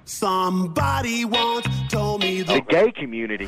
Somebody once told me the gay community.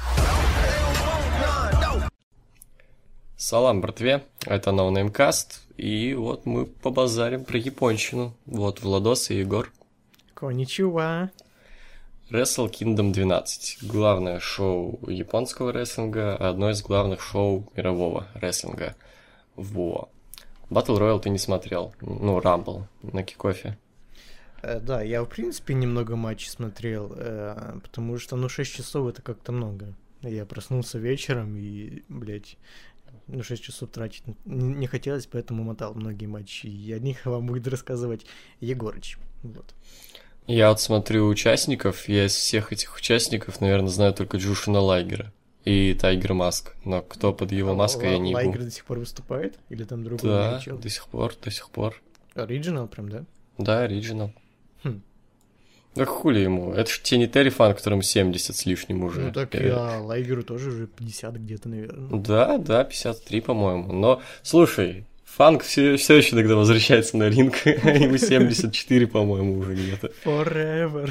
Салам, братве, это No Name Cast, и вот мы побазарим про японщину. Вот Владос и Егор. Коничева. Wrestle Kingdom 12. Главное шоу японского рестлинга, одно из главных шоу мирового рестлинга. Во. Battle Royale ты не смотрел. Ну, Rumble на кикофе. Да, я в принципе немного матчей смотрел, потому что, 6 часов это как-то много. Я проснулся вечером и, 6 часов тратить не хотелось, поэтому мотал многие матчи. И о них вам будет рассказывать Егорыч. Вот. Я вот смотрю участников, я из всех этих участников, наверное, знаю только Джушина Лайгера и Тайгер Маск, но кто под его маской, я не могу. Лайгер до сих пор выступает? Или там другой Да, чел? до сих пор. Оригинал прям, да? Да, оригинал. Да хули ему, это ж те не Терри Фан, которому 70 с лишним уже. Ну так и Лайгеру тоже уже 50 где-то, наверное. Да, 53, по-моему. Но, слушай, Фанк все еще иногда возвращается на ринг, ему 74, по-моему, уже где-то. Forever.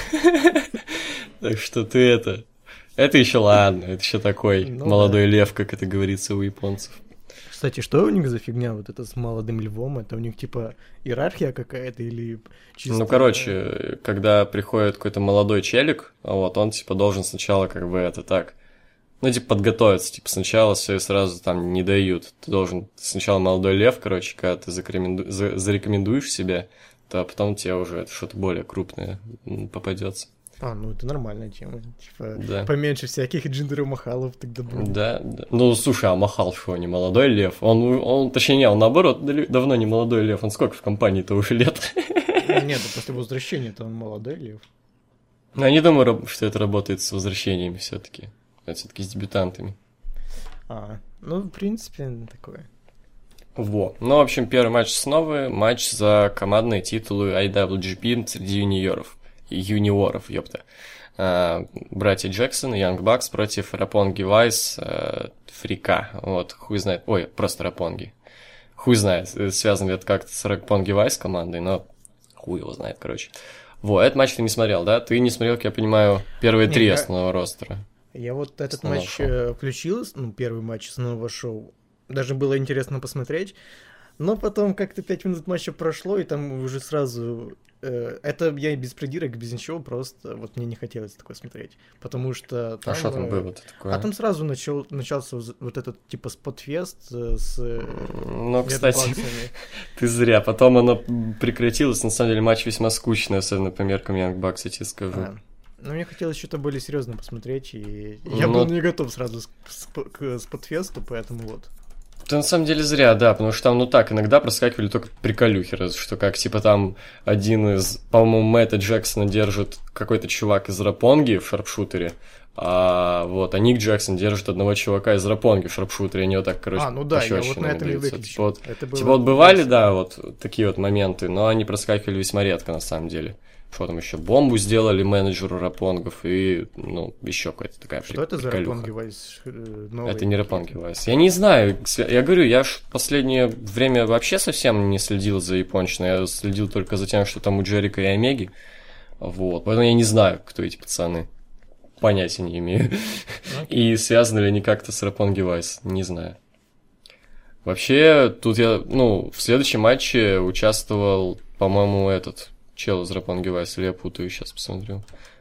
Так что ты это еще ладно, это еще такой молодой лев, как это говорится у японцев. Кстати, что у них за фигня вот это с молодым львом? Это у них типа иерархия какая-то или чисто... Ну, короче, когда приходит какой-то молодой челик, вот, он типа должен сначала подготовиться, типа сначала все и сразу там не дают. Ты должен сначала молодой лев, короче, когда ты зарекомендуешь себя, то потом тебе уже что-то более крупное попадется. Это нормальная тема. Типа, да. Поменьше всяких Джиндеров Махалов тогда будет. Да. Ну, слушай, а Махал что, не молодой лев? Он наоборот, давно не молодой лев. Он сколько в компании-то уже лет? Нет, после возвращения-то он молодой лев. Я не думаю, что это работает с возвращениями все-таки. Все-таки с дебютантами. В принципе, такое. Во. Ну, в общем, первый матч снова. Матч за командные титулы IWGP среди юниоров, ёпта. Братья Джексон и Янг Бакс против Роппонги Вайс, Фрика. Вот, хуй знает. Ой, просто Роппонги. Хуй знает, связан ли это как-то с Роппонги Вайс командой, но хуй его знает, короче. Во, этот матч ты не смотрел, да? Ты не смотрел, как я понимаю, первые три основного ростера. Я вот этот матч включил, первый матч основного шоу. Даже было интересно посмотреть. Но потом как-то 5 минут матча прошло, и там уже сразу... Это я без придирок, без ничего, просто вот мне не хотелось такое смотреть. Потому что там... А что там было-то такое? А там сразу начался вот этот типа спотфест с... Ну, кстати, ты зря. Потом оно прекратилось. На самом деле матч весьма скучный, особенно по меркам Янг Бакс, я тебе скажу. Мне хотелось что-то более серьезное посмотреть, и я был не готов сразу к спотфесту, поэтому вот. Ты на самом деле зря, да, потому что там, иногда проскакивали только приколюхи, разве что как, типа, там один из, по-моему, Мэтта Джексона держит какой-то чувак из Роппонги в шарпшутере, а Ник Джексон держит одного чувака из Роппонги в шарпшутере, они вот так, короче, я вот на этом и выключил. Типа, бывали, да, вот такие вот моменты, но они проскакивали весьма редко, на самом деле. Что там еще? Бомбу сделали менеджеру Роппонгов и, еще какая-то такая приколюха. Что это за Роппонги Вайс? Это не Роппонги Вайс. Я не знаю. Я говорю, я в последнее время вообще совсем не следил за японщиной. Я следил только за тем, что там у Джерика и Омеги. Вот. Поэтому я не знаю, кто эти пацаны. Понятия не имею. И связаны ли они как-то с Роппонги Вайс. Не знаю. Вообще, тут я, в следующем матче участвовал, по-моему, чел из Роппонги Вайс, или я путаю, сейчас посмотрю.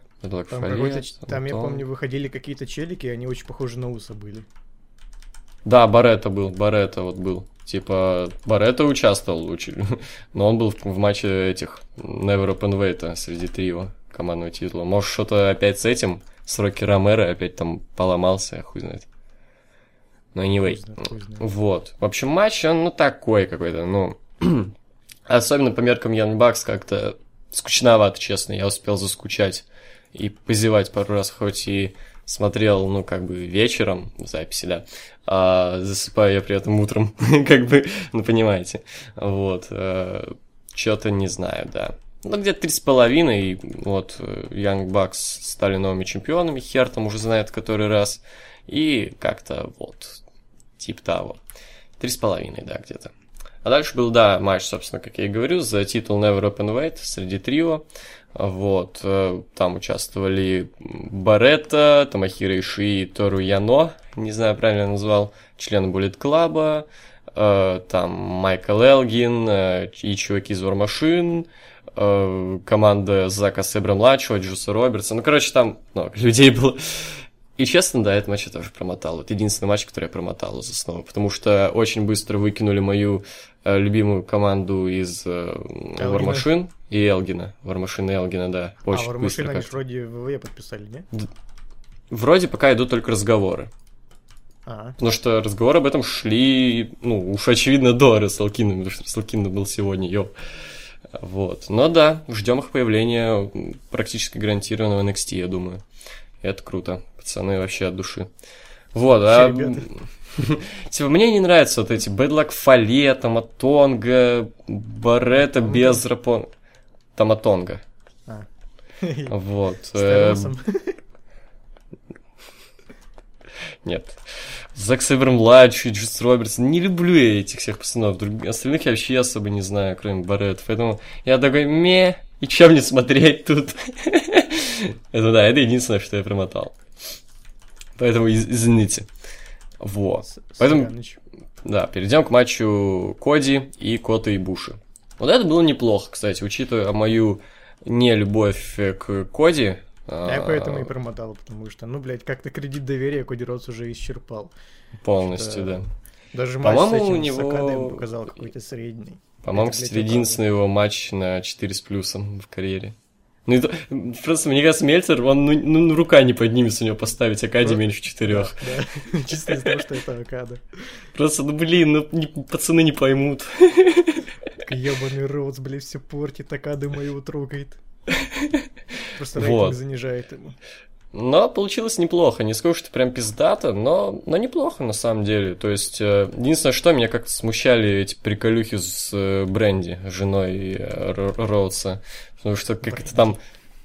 Там, я помню, выходили какие-то челики, и они очень похожи на Уса были. Да, Барретта был. Типа, Барретта участвовал, но он был в матче этих Never Open Weight среди трио командного титула. Может, что-то опять с этим, с Рокки Ромеро опять там поломался, хуй знает. Но anyway. Вот. В общем, матч, он, такой какой-то, особенно по меркам Young Bucks как-то скучновато, честно. Я успел заскучать и позевать пару раз, хоть и смотрел, вечером в записи, да. А засыпаю я при этом утром, понимаете. Вот. Что-то не знаю, да. Где-то 3,5, и вот Young Bucks стали новыми чемпионами, хер там уже знает который раз. И как-то типа того. 3,5, да, где-то. А дальше был, матч, собственно, как я и говорю, за титул Never Open Weight среди трио. Вот, там участвовали Баретта, Томахиро Ишии и Тору Яно, не знаю, правильно я назвал, члены Bullet Club, там Майкл Элгин и чуваки из War Machine, команда Зака Себра-младшего, Джуса Робертса, ну, короче, там много людей было. И честно, да, этот матч я тоже промотал. Это единственный матч, который я промотал из основы, потому что очень быстро выкинули мою любимую команду из War Machine и Элгина. War Machine и Элгина, да. Очень War быстро. Machine они ж вроде в ВВЕ подписали, не? Вроде пока идут только разговоры. Потому что разговоры об этом шли, ну, уж очевидно, до Рестлкина, потому что Рестлкин был сегодня, Вот. Но да, ждем их появления практически гарантированного NXT, я думаю. Это круто. Пацаны вообще от души. Вот, типа, мне не нравятся вот эти Bad Luck Fale, Таматонга, Баретта без Рапон... Таматонга. Вот. Нет. Зак Сейбер-младший, Джус Робертс. Не люблю я этих всех пацанов. Остальных я вообще особо не знаю, кроме Баретта. Поэтому я такой, и чем мне смотреть тут? Это да, это единственное, что я промотал. Поэтому извините. Вот. Поэтому, да, перейдем к матчу Коди и Кота Ибуши. Вот это было неплохо, кстати, учитывая мою нелюбовь к Коди. Я поэтому и промотал, потому что, как-то кредит доверия Коди Роудс уже исчерпал. Полностью, да. Даже матч с этим Сакадой показал какой-то средний. По-моему, кстати, единственный его матч на 4 с плюсом в карьере. Ну, это, просто, мне кажется, Мельцер, он, рука не поднимется у него поставить Акаде меньше 4. Да. Чисто из-за того, что это Акада. Просто, пацаны не поймут. Ёбаный Роудс, все портит, Акады моего трогает. Просто рейтинг занижает ему. Но получилось неплохо, не скажу, что прям пиздато, но неплохо на самом деле. То есть, единственное, что меня как-то смущали эти приколюхи с Бренди, женой Роудса. Потому что как-то там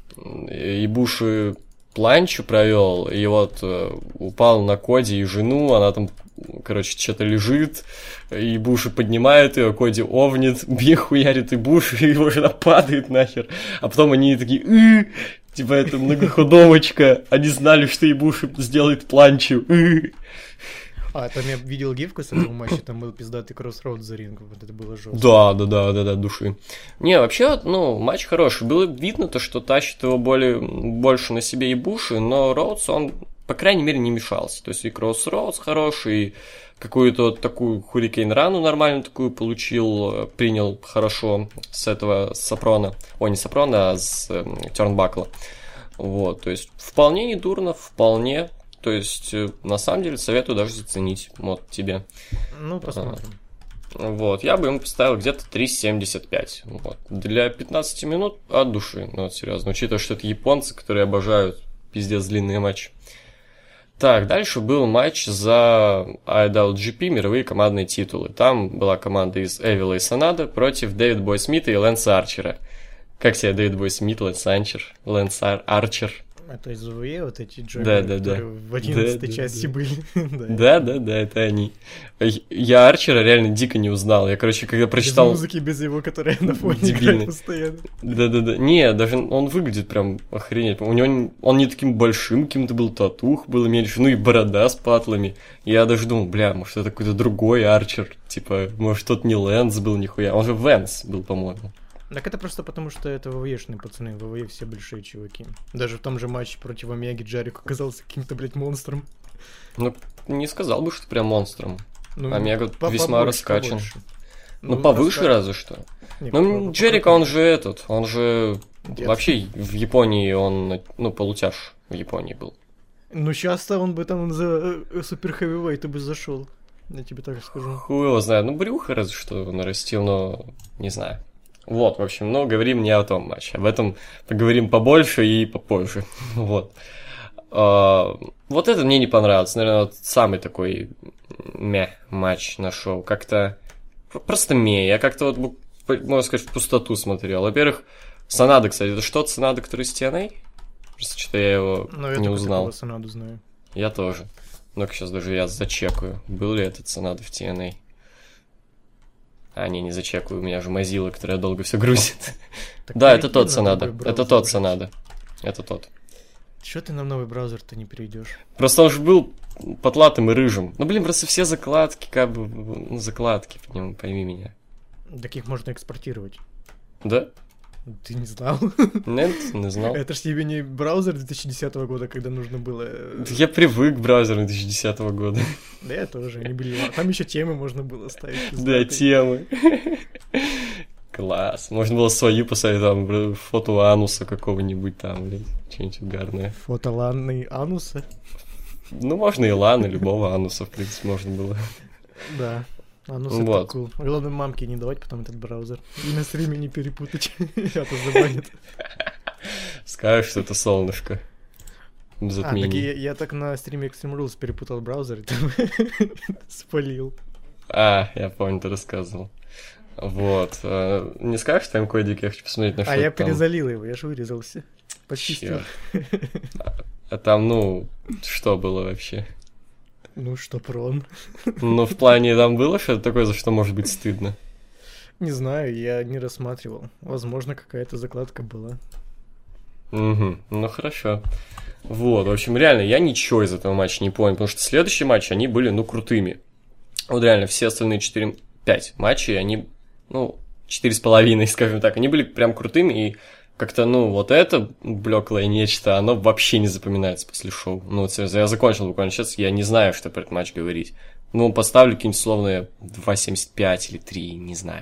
Ибуши планчу провел, и вот упал на Коди и жену, она там, что-то лежит, Ибуши поднимает ее, Коди овнит, хуярит Ибуши, и его жена падает нахер. А потом они такие, типа, это многоходовочка, они знали, что Ибуши сделает планчу, там я видел гифку с этого матча, там был пиздатый кроссроуд за рингом, вот это было жестко. Да, души. Не, вообще, матч хороший. Было видно то, что тащит его больше на себе Ибуши, но Роудс, он, по крайней мере, не мешался. То есть и кроссроудс хороший, и какую-то такую хурикейн-рану нормальную такую получил, принял хорошо с этого Сапрона. Ой, не Сапрона, а с Тёрнбакла. Вот, то есть вполне недурно, вполне. То есть, на самом деле, советую даже заценить, тебе. Посмотрим. Вот, я бы ему поставил где-то 3.75. Вот. Для 15 минут от души, серьезно. Учитывая, что это японцы, которые обожают пиздец длинные матчи. Так, дальше был матч за IWGP мировые командные титулы. Там была команда из Эвила и Санада против Дэвид Бой Смита и Лэнса Арчера. Как тебе Дэвид Бой Смит, Лэнс Арчер? Это из ВВЕ вот эти джойны, которые в 11 части были. Да, это они. Я Арчера реально дико не узнал. Я, когда прочитал... Без музыки, без его, которая на фоне играет постоянно. Да. Не, даже он выглядит прям охренеть. У него он не таким большим каким-то был, татух было меньше, и борода с патлами. Я даже думал, может, это какой-то другой Арчер. Типа, может, тот не Лэнс был нихуя. Он же Вэнс был, по-моему. Так это просто потому, что это ВВЕшные пацаны, в ВВЕ все большие чуваки. Даже в том же матче против Омеги Джерико оказался каким-то, монстром. Не сказал бы, что прям монстром. Омега весьма раскачан. Побольше. Повыше разве что. Джерико, он же вообще в Японии, он, полутяж в Японии был. Сейчас-то он бы там за супер хэвивейт бы зашел. Я тебе так скажу. Хуй его знает. Брюхо разве что нарастил, но не знаю. Вот, в общем, говорим не о том матче. Об этом поговорим побольше и попозже. Вот. Вот это мне не понравилось. Наверное, самый такой матч на шоу. Как-то просто Я как-то можно сказать, в пустоту смотрел. Во-первых, Санада, кстати. Это что, Санада, который из TNA? Просто что-то я его не узнал. Я Санаду знаю. Я тоже. Ну-ка, сейчас даже я зачекаю. Был ли этот Санада в TNA? не зачекаю, у меня же Mozilla, которая долго все грузит. Так Да, это перейди тот на Сонада. другой браузер, Это тот блядь. Сонада. Это тот. Чё ты на новый браузер-то не перейдешь? Просто он же был потлатым и рыжим. Ну, блин, просто все закладки, как бы, ну, закладки, пойми меня. Так их можно экспортировать. Да? Ты не знал? Нет, не знал. Это ж тебе не браузер 2010 года, когда нужно было... Я привык к браузеру 2010 года. Да, я тоже, они были... Там еще темы можно было ставить. Да, темы. Класс. Можно было свою поставить, там, фото ануса какого-нибудь там, блядь, что-нибудь угарное. Фото ланной ануса. Ну, можно и ланы, любого ануса, в принципе, можно было. Да. Анус Вот. это cool. Главное, мамке не давать потом этот браузер. И на стриме не перепутать. А то забанят. Скажешь, что это солнышко. А, так Затмение. я так на стриме Extreme Rules перепутал браузер и там спалил. Я помню, ты рассказывал. Вот. Не скажешь там кодик, я хочу посмотреть на что А я там. перезалил его, я же вырезался. Почистил. Чёрт. А там, ну, что было вообще? Ну что, прон? Ну, в плане, там было что-то такое, за что может быть стыдно? Не знаю, я не рассматривал. Возможно, какая-то закладка была. Угу, ну хорошо. Вот, в общем, реально, я ничего из этого матча не понял, потому что следующие матчи, они были, ну, крутыми. Вот реально, все остальные 5 матчей, они, ну, 4,5, скажем так, они были прям крутыми, и как-то, ну, вот это блеклое нечто, оно вообще не запоминается после шоу. Ну, вот серьезно, я закончил буквально сейчас, я не знаю, что про этот матч говорить. Ну, поставлю какие-нибудь условные 2,75 или 3, не знаю.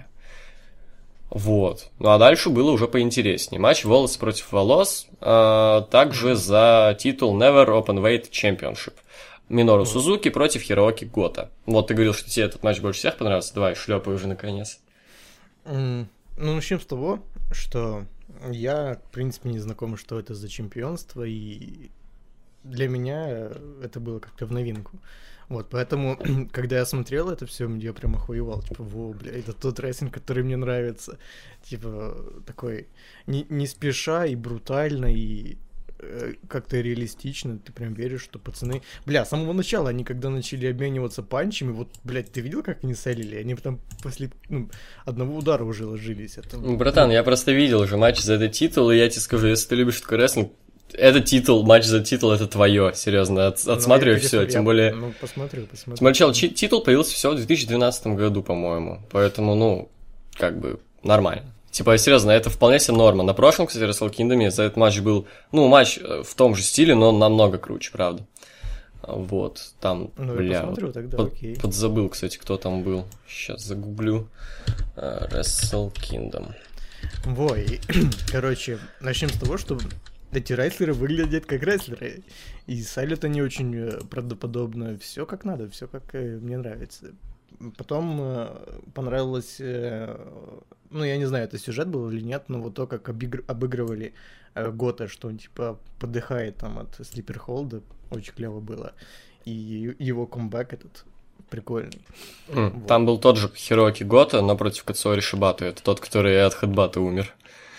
Вот. Ну, а дальше было уже поинтереснее. Матч волос против волос, также за титул Never Openweight Championship. Минору Сузуки против Хирооки Гота. Вот, ты говорил, что тебе этот матч больше всех понравился. Давай, шлепай уже наконец. Ну, начнем с того, что я, в принципе, не знаком, что это за чемпионство, и для меня это было как-то в новинку. Вот, поэтому, когда я смотрел это все, я прям охуевал. Типа, во, бля, это тот рестлинг, который мне нравится. Типа, такой, не спеша и брутально, и как-то реалистично. Ты прям веришь, что пацаны... Бля, с самого начала они, когда начали обмениваться панчами, вот, блядь, ты видел, как они селили? Они там после одного удара уже ложились. Это... Братан, я просто видел уже матч за этот титул, и я тебе скажу, если ты любишь такой рестлинг, этот титул, матч за титул, это твое, серьезно, отсматривай все, тем более... Ну, посмотрю. Тем более, титул появился всего в 2012 году, по-моему, поэтому, ну, как бы, нормально. Типа, серьезно, это вполне себе норма. На прошлом, кстати, Wrestle Kingdom за этот матч был, ну, матч в том же стиле, но намного круче, правда. Вот, там, ну, бля, я посмотрю тогда, окей. подзабыл, кстати, кто там был. Сейчас загуглю. Wrestle Kingdom. Во, и, короче, начнем с того, что эти рестлеры выглядят как рестлеры. И селят они очень правдоподобно. Все как надо, все как мне нравится. Потом понравилось, ну, я не знаю, это сюжет был или нет, но вот то, как обыгрывали Гота, что он, типа, подыхает там от слипер-холда, очень клево было. И его камбэк этот прикольный. Вот. Там был тот же Хирооки Гота, но против Кацуори Шибаты. Это тот, который от хэдбата умер.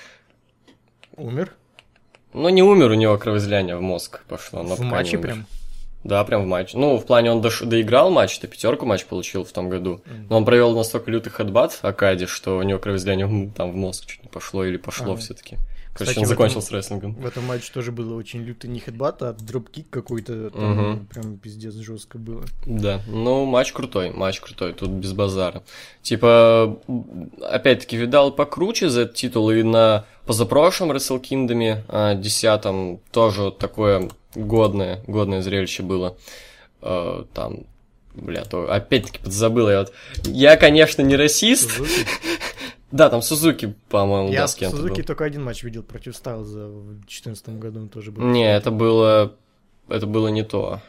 Умер? Ну, не умер, у него кровоизлияние в мозг пошло. Но в матче прям? Да, прям в матче. Ну, в плане он доиграл матч, то 5 матч получил в том году. Но он провел настолько лютый хэдбат Акади, что у него кровоизлияние там в мозг чуть не пошло или пошло все-таки. Короче, Кстати, он закончил с рестлингом. В этом матче тоже было очень лютый не хэдбат, а дропкик какой-то. Там прям пиздец жестко было. Да, ну, матч крутой, тут без базара. Типа, опять-таки, видал покруче за этот титул, и на позапрошлом Wrestle Kingdom 10-м тоже такое годное зрелище было. Там, бля, то опять-таки подзабыл. Я, конечно, не расист. Да, там Сузуки, по-моему, я да, с кем-то Сузуки был. только один матч видел против Стайлза в 2014 году, он тоже был. Не, это было не то.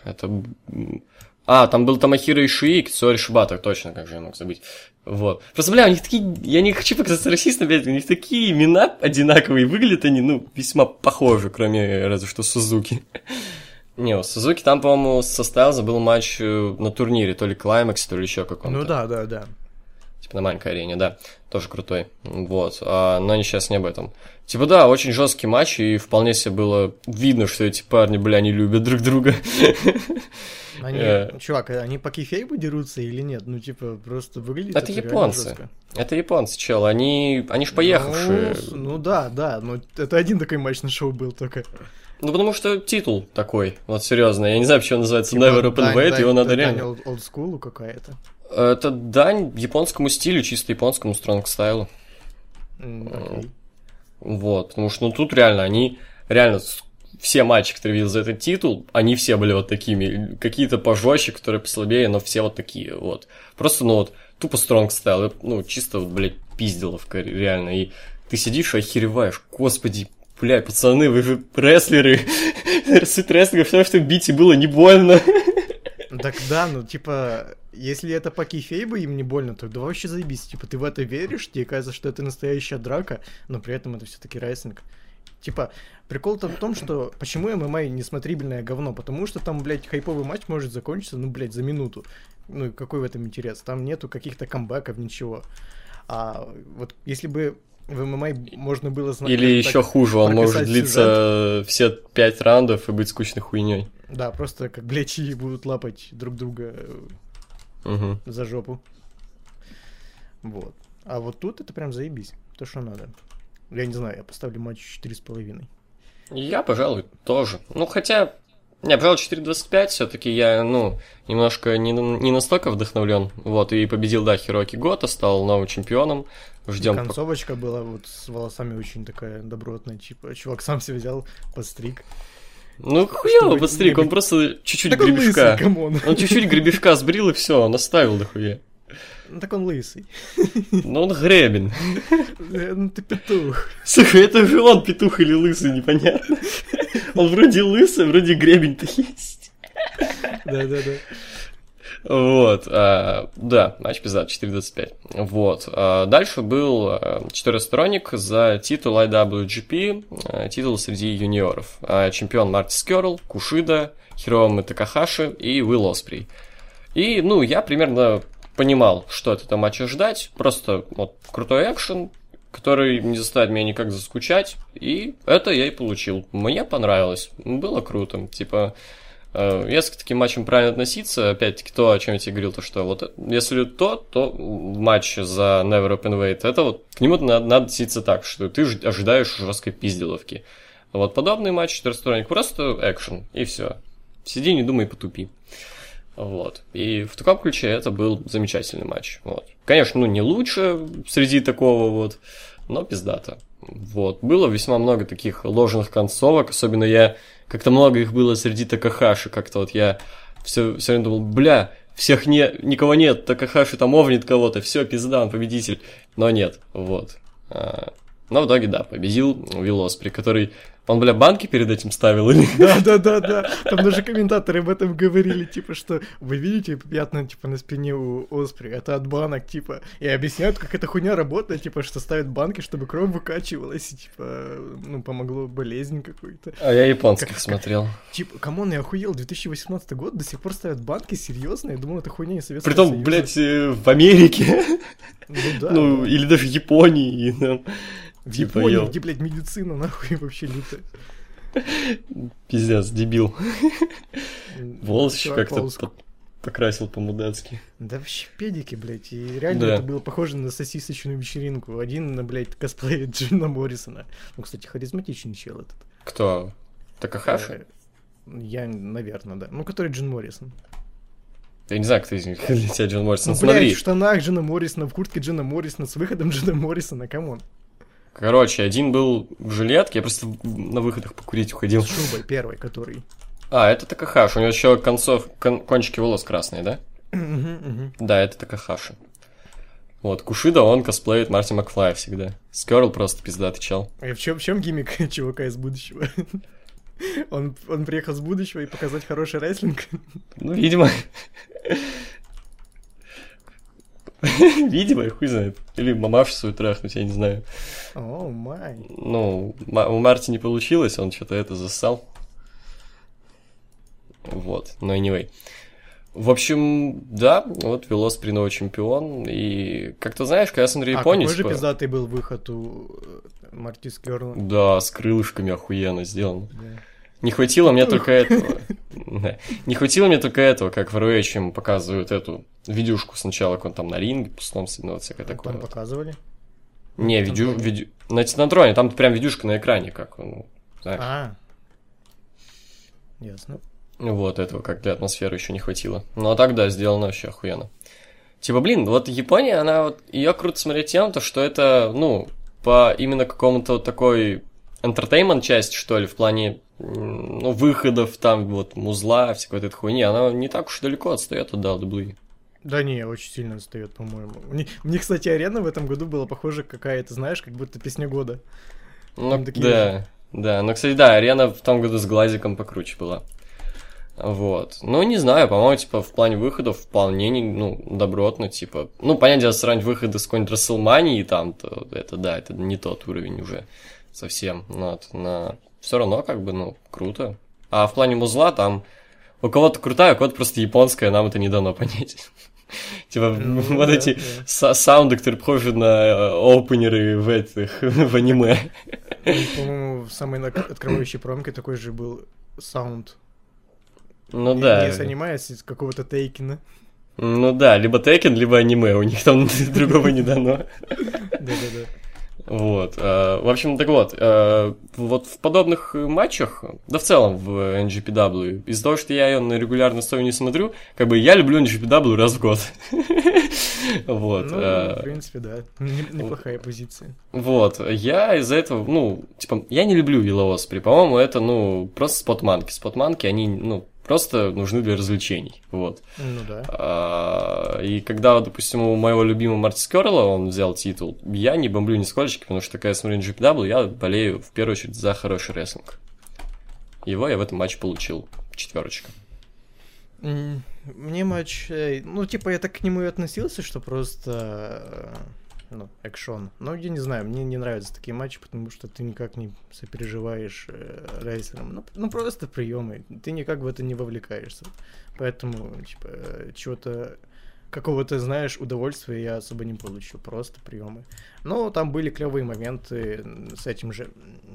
Там был Тамахиро Ишии и Кацуори Шибата, точно, как же я мог забыть. Вот. Просто, бля, у них такие... Я не хочу показаться расистом, блядь, у них такие имена одинаковые, выглядят они, ну, весьма похожи, кроме разве что Сузуки. Не, у Сузуки там, по-моему, со Стайлза был матч на турнире, то ли Клаймакс, то ли еще каком-то. Ну да. Типа на маленькой арене, да. Тоже крутой. Вот. Но они сейчас не об этом. Типа, да, очень жесткий матч, и вполне себе было видно, что эти парни, бля, не любят друг друга. Чувак, они по кейфейбу дерутся или нет? Ну, типа, просто выглядит это японцы. Это японцы, чел. Они ж поехавшие. Ну да, но это один такой матч на шоу был только. Ну, потому что титул такой, вот серьезно. Я не знаю, почему он называется Never Open Weight, его надо реально... Дань олдскулу какая-то. Это дань японскому стилю, чисто японскому стронг-стайлу. Окей. Вот, потому что, ну, тут реально, все матчи, которые видел за этот титул, они все были вот такими. Какие-то пожестче, которые послабее, но все вот такие, вот. Просто, ну, вот, тупо стронг-стайл, ну, чисто, вот, блядь, пизделовка, реально. И ты сидишь и охереваешь, господи, бля, пацаны, вы же рестлеры. Суть рестлинга в том, что бить и было не больно. Так да, ну типа, если это по кейфейбу им не больно, то да вообще заебись. Типа, ты в это веришь, тебе кажется, что это настоящая драка, но при этом это все-таки рестлинг. Типа, прикол-то в том, что почему ММА несмотрибельное говно? Потому что там, блядь, хайповый матч может закончиться, ну, блядь, за минуту. Ну, какой в этом интерес? Там нету каких-то камбэков, ничего. А вот если бы в ММА можно было... Или еще хуже, он может длиться все 5 раундов и быть скучной хуйней. Да, просто как блядь будут лапать друг друга за жопу. Вот. А вот тут это прям заебись. То, что надо. Я не знаю, я поставлю матч 4,5. Я, пожалуй, тоже. Ну, хотя... Не, пожалуй, 4.25 все-таки я, ну, немножко не настолько вдохновлен. Вот, и победил, да, Хироки Гота, стал новым чемпионом. Ждем. Концовочка была вот с волосами очень такая добротная, типа, чувак сам себя взял, подстриг. Ну, хуёво подстриг, он просто чуть-чуть так гребешка. Он чуть-чуть гребешка сбрил, и все, он оставил дохуя. Ну, так он лысый. Ну, он гребень. Ну, ты петух. Слушай, это же он петух или лысый, непонятно. Он вроде лысый, вроде гребень-то есть. Да. Вот, да, матч пиздат, 4.25. Вот, дальше был четырехсторонник за титул IWGP, титул среди юниоров. Чемпион Мартис Кёрл, Кушида, Хироми Такахаши и Уилл Оспрей. И, ну, я примерно понимал, что от этого матча ждать. Просто вот крутой экшен, который не заставит меня никак заскучать. И это я и получил. Мне понравилось. Было круто. Типа, если к таким матчам правильно относиться, опять-таки то, о чем я тебе говорил, то что вот если то матч за Never Open Weight, это вот к нему надо относиться так, что ты ожидаешь жесткой пизделовки. Вот подобный матч четырехсторонник, просто экшен, и все. Сиди, не думай, потупи. Вот. И в таком ключе это был замечательный матч. Вот. Конечно, ну не лучше среди такого вот, но пиздато. Вот. Было весьма много таких ложных концовок, особенно я... Как-то много их было среди Такахаши, как-то вот я все время думал, бля, никого нет, Такахаши там овнит кого-то, все, пизда, он победитель. Но нет, вот. Но в итоге, да, победил Уилл Оспрей, который... Он, бля, банки перед этим ставил или... Да. Там даже комментаторы об этом говорили, типа, что вы видите пятна, типа, на спине у Оспри, это от банок, типа, и объясняют, как эта хуйня работает, типа, что ставят банки, чтобы кровь выкачивалась, и, типа, ну, помогло болезнь какой-то. А я японских смотрел. Типа, камон, я охуел, 2018 год, до сих пор ставят банки, серьезно? Я думал, это хуйня не Советского Союза. Притом, блядь, в Америке. Ну да. Ну, или даже в Японии, в Японии, где, блядь, медицина, нахуй, вообще лютая. Пиздец, дебил. Волос еще как-то покрасил по-мудацки. Да вообще педики, блядь, и реально это было похоже на сосисочную вечеринку. Один, блядь, косплеит Джина Моррисона. Ну, кстати, харизматичный чел этот. Кто? Такахаши? Я, наверное, да. Ну, который Джин Моррисон. Я не знаю, кто из них для тебя Джин Моррисон. Ну, блядь, в штанах Джина Моррисона, в куртке Джина Моррисона, с выходом Джина Моррисона, камон. Короче, один был в жилетке, я просто на выходах покурить уходил. С шубой первой, который... Это Такахаши, у него еще кончики волос красные, да? Да, это Такахаши. Вот, Кушида, он косплеит Марти Макфлая всегда. Скерл просто пиздатый чел. А в чем гиммик чувака из будущего? Он приехал с будущего и показать хороший рестлинг? Ну, видимо. Видимо, хуй знает. Или мамашу свою трахнуть, я не знаю. О, май. Ну, у Марти не получилось, он что-то это зассал. Вот, но anyway. В общем, да, вот Велоспри новый чемпион. И как-то знаешь, когда я смотрю Японию... какой же пиздатый был выход у Марти Скёрла. Да, с крылышками охуенно сделано. Да. Не хватило мне только этого. Не хватило мне только этого, как в ROH им показывают эту видюшку сначала, как он там на ринге, пустом сидел, всякое такое. Там показывали? Не, на Титантроне, там прям видюшка на экране, как он, знаешь. Ясно. Вот этого, как для атмосферы еще не хватило. Ну, а так, да, сделано вообще охуенно. Типа, блин, вот Япония, она вот, ее круто смотреть тем, то, что это, ну, по именно какому-то вот такой entertainment части, что ли, в плане, ну, выходов, там, вот, музла, всякой этой хуйни, она не так уж далеко отстает от WWE. Да не, очень сильно отстает, по-моему. Мне, кстати, арена в этом году была похожа какая-то, знаешь, как будто песня года. Ну, да, ну, кстати, да, арена в том году с глазиком покруче была. Вот. Ну, не знаю, по-моему, типа, в плане выходов вполне, ну, добротно, типа... Ну, понятное дело, сравнить выходы с какой-нибудь WrestleMania, там, то это, да, это не тот уровень уже совсем. Вот, но все равно, как бы, ну, круто. А в плане музла там у кого-то крутая, у кого-то просто японская, нам это не дано понять. Типа, вот эти саунды, которые похожи на опенеры в аниме. По-моему, в самой открывающей промке такой же был саунд. Ну да. Не с аниме, а с какого-то Тейкина. Ну да, либо Тейкен, либо аниме, у них там другого не дано. Да-да-да. Вот. В общем, так вот, вот в подобных матчах, да в целом в NGPW, из-за того, что я ее на регулярной основе не смотрю, как бы я люблю NGPW раз в год. Вот. Ну, в принципе, да. Неплохая позиция. Вот. Я из-за этого, ну, типа, я не люблю Will Ospreay. По-моему, это, ну, просто спотманки. Спотманки, они, ну, просто нужны для развлечений, вот. Ну да. И когда, допустим, у моего любимого Марти Скёрла он взял титул, я не бомблю нисколько, потому что, когда я смотрю GPW, я болею, в первую очередь, за хороший рестлинг. Его я в этом матче получил. 4. Мне матч... Ну, типа, я так к нему и относился, что просто... Ну, экшон. Но я не знаю, мне не нравятся такие матчи, потому что ты никак не сопереживаешь рейсерам. Ну, просто приемы. Ты никак в это не вовлекаешься. Поэтому, типа, чего-то, какого-то, знаешь, удовольствия я особо не получил. Просто приемы. Но там были клевые моменты с этим же,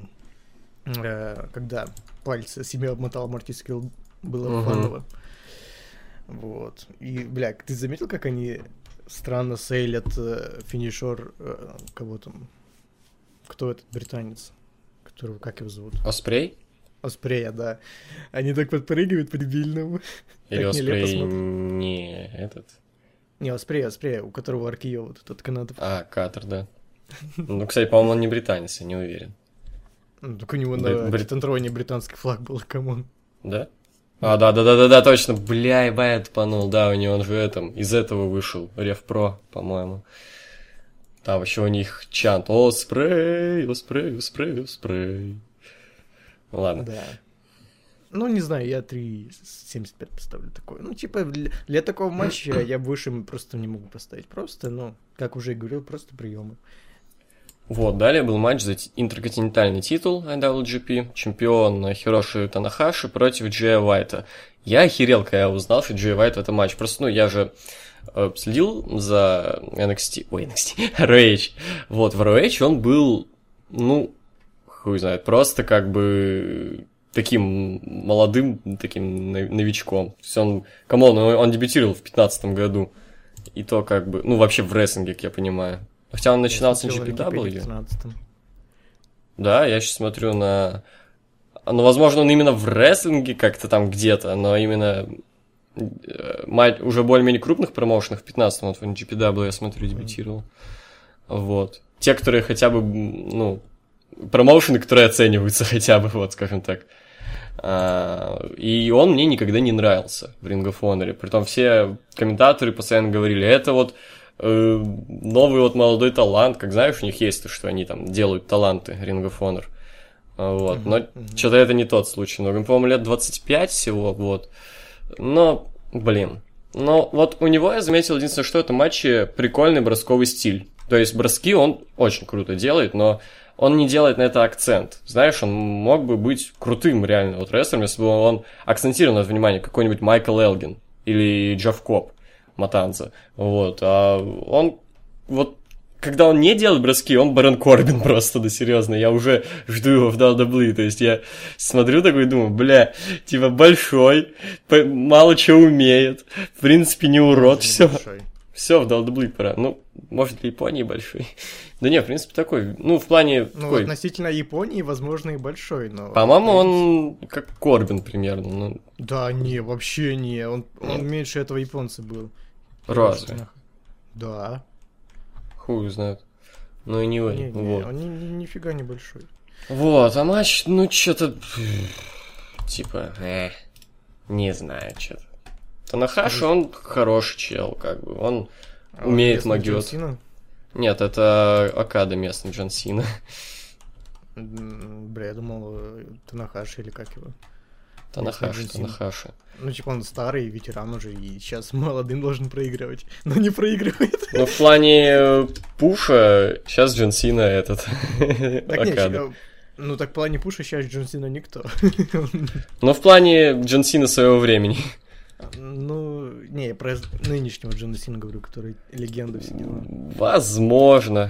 когда пальцы себе обмотал Марти Скилл, было фаново. Вот. И, бля, ты заметил, как они... странно сейлят финишер, кого там, кто этот британец, которого, как его зовут? Оспрей? Оспрея, да. Они так подпрыгивают по-дебильному. Или Оспрей не этот? Не, Оспрея, у которого аркиё вот этот канатов. А, Катер, да. Ну, кстати, по-моему, он не британец, я не уверен. Ну, так у него на Титантроне британский флаг был, камон. Да? А, да, точно, бля, ебать, я тупанул, да, у него он же из этого вышел, Ревпро, по-моему. Там еще у них чант, Оспрей. Ладно. Да. Ну, не знаю, я 3.75 поставлю такой. Ну, типа, для такого матча я выше просто не могу поставить. Просто, ну, как уже и говорил, просто приемы. Вот, далее был матч за интерконтинентальный титул IWGP, чемпион Хироши Танахаши против Джея Уайта. Я охерел, когда я узнал, что Джей Уайт в этом матче. Просто, ну, я же следил за ROH. Вот, в ROH он был, ну, хуй знает, просто как бы таким молодым, таким новичком. То есть он дебютировал в 2015 году. И то как бы, ну, вообще в рестлинге, как я понимаю. Хотя он начинал с NGPW. Да, я сейчас смотрю на... Ну, возможно, он именно в рестлинге как-то там где-то, но именно уже более-менее крупных промоушенах в 15-м, вот в NGPW, я смотрю, дебютировал. Вот. Те, которые хотя бы, ну, промоушены, которые оцениваются хотя бы, вот, скажем так. И он мне никогда не нравился в Ring of Honor. Притом все комментаторы постоянно говорили, это вот новый вот молодой талант, как знаешь, у них есть то, что они там делают таланты Ring of Honor. Вот. Но что-то это не тот случай. Но, по-моему, лет 25 всего, вот. Но, блин. Но вот у него я заметил единственное, что это матче прикольный бросковый стиль. То есть броски он очень круто делает, но он не делает на это акцент. Знаешь, он мог бы быть крутым реально вот рестлером, если бы он акцентировал на это внимание, какой-нибудь Майкл Элгин. или Джефф Коб Матанза. Вот. А он вот когда он не делает броски, он Барон Корбин просто, да серьезно, я уже жду его в WWE, то есть я смотрю такой и думаю, бля, типа большой, мало чего умеет, в принципе не урод, все в WWE пора, ну, может для Японии большой, да не, в принципе такой, ну, в плане... Ну, такой... относительно Японии, возможно, и большой, но... По-моему, он как Корбин примерно, ну... Да, не, вообще не, он меньше этого японца был. Разве? Да. Хуй знает. Ну и не он. Вот. Он нифига не большой. Вот, а матч, ну, что-то... Типа, не знаю, что-то. Танахаши, он хороший чел, как бы, он умеет могёт. Нет, это Окада местный, Джон Сина. Бля, я думал, Танахаши или как его? Танахаши. Ну, типа, он старый, ветеран уже, и сейчас молодым должен проигрывать, но не проигрывает. Ну, в плане пуша, сейчас Джон Сина этот, Окада. Ну, так в плане пуша сейчас Джон Сина никто. Но в плане Джон Сина своего времени. Ну, не, я про нынешнего Джона Сина говорю, который легенда все дела. Возможно.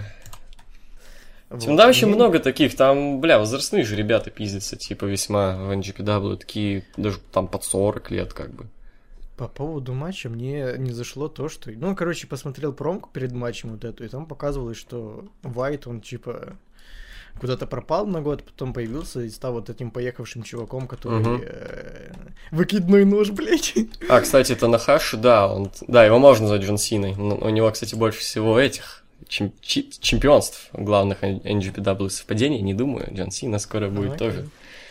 Вот. Там еще много таких, там, бля, возрастные же ребята пиздятся, типа, весьма в NGPW, такие, даже там под 40 лет, как бы. По поводу матча мне не зашло то, что... Ну, короче, посмотрел промку перед матчем вот эту, и там показывалось, что Вайт, он, типа, куда-то пропал на год, потом появился и стал вот этим поехавшим чуваком, который... Выкидной нож, блядь. А, кстати, Танахаши, да, его можно назвать Джон Синой, но у него, кстати, больше всего этих... чемпионств главных NGPW совпадений, не думаю, Джон Сина скоро будет тоже.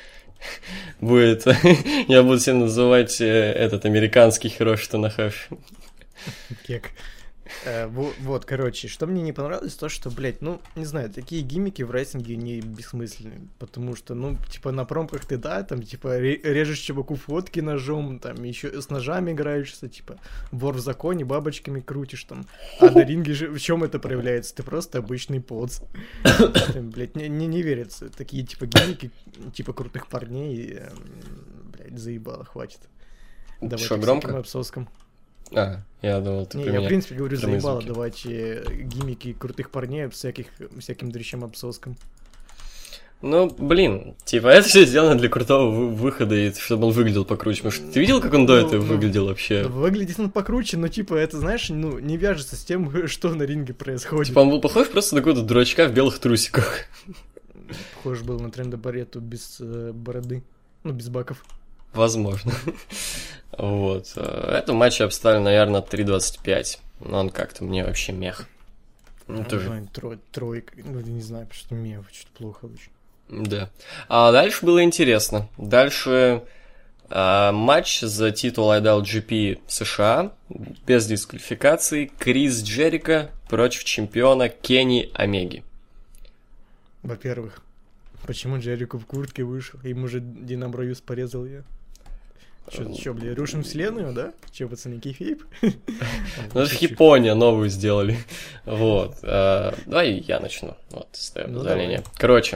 Будет, я буду себя называть этот американский Хироши Танахаши. Кек. Вот, короче, что мне не понравилось, то, что, блядь, ну, не знаю, такие гиммики в рестлинге не бессмысленны, потому что, ну, типа, на промках ты, да, там, типа, режешь чуваку фотки ножом, там, еще с ножами играешься, типа, вор в законе, бабочками крутишь, там, а на ринге же в чем это проявляется? Ты просто обычный поц. Блядь, не верится. Такие, типа, гиммики, типа, крутых парней, блядь, заебало, хватит. Что, громко? Обсоском. А, я думал, ты не, я, в принципе, говорю, заебало давать гиммики крутых парней всяким дрищам обсоскам. Ну, блин, типа, это все сделано для крутого выхода, и чтобы он выглядел покруче. Потому что ты видел, как он до этого выглядел вообще? Выглядит он покруче, но, типа, это, знаешь, ну, не вяжется с тем, что на ринге происходит. Типа, он был похож просто на какого-то дурачка в белых трусиках. Похож был на Тренда Барретту без бороды, ну, без баков. Возможно. Вот. Это матч обставлен, наверное, 3.25. Но он как-то мне вообще мех. Ну, тоже... Тройка. Ну, не знаю, что мех, что-то плохо очень. Да. А дальше было интересно. Дальше матч за титул IWGP США без дисквалификации. Крис Джерико против чемпиона Кенни Омеги. Во-первых, почему Джерико в куртке вышел? Ему же Дина Броюс порезал ее. Что, блядь, рушим вселенную, да? Че, пацаны, кейфейп? Ну, это Япония новую сделали. Вот. Давай я начну. Вот, ставим позволение. Короче,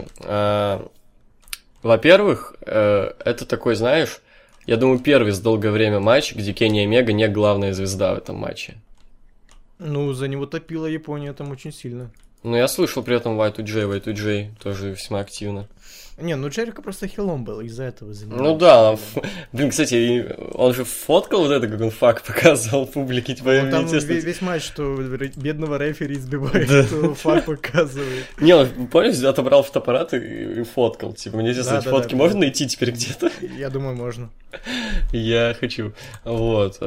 во-первых, это такой, знаешь, я думаю, первый за долгое время матч, где Кенни Омега не главная звезда в этом матче. Ну, за него топила Япония там очень сильно. Ну, я слышал при этом Y2J тоже весьма активно. Не, ну Джерико просто хилом был, из-за этого занимался. Ну да, блин, кстати, он же фоткал вот это, как он фак показывал публике, типа, ну, там весь матч, что бедного рефери избивает, то фак показывает. Не, он, помнишь, отобрал фотоаппарат и фоткал, типа, мне здесь эти фотки можно найти теперь где-то? Я думаю, можно. Я хочу, вот.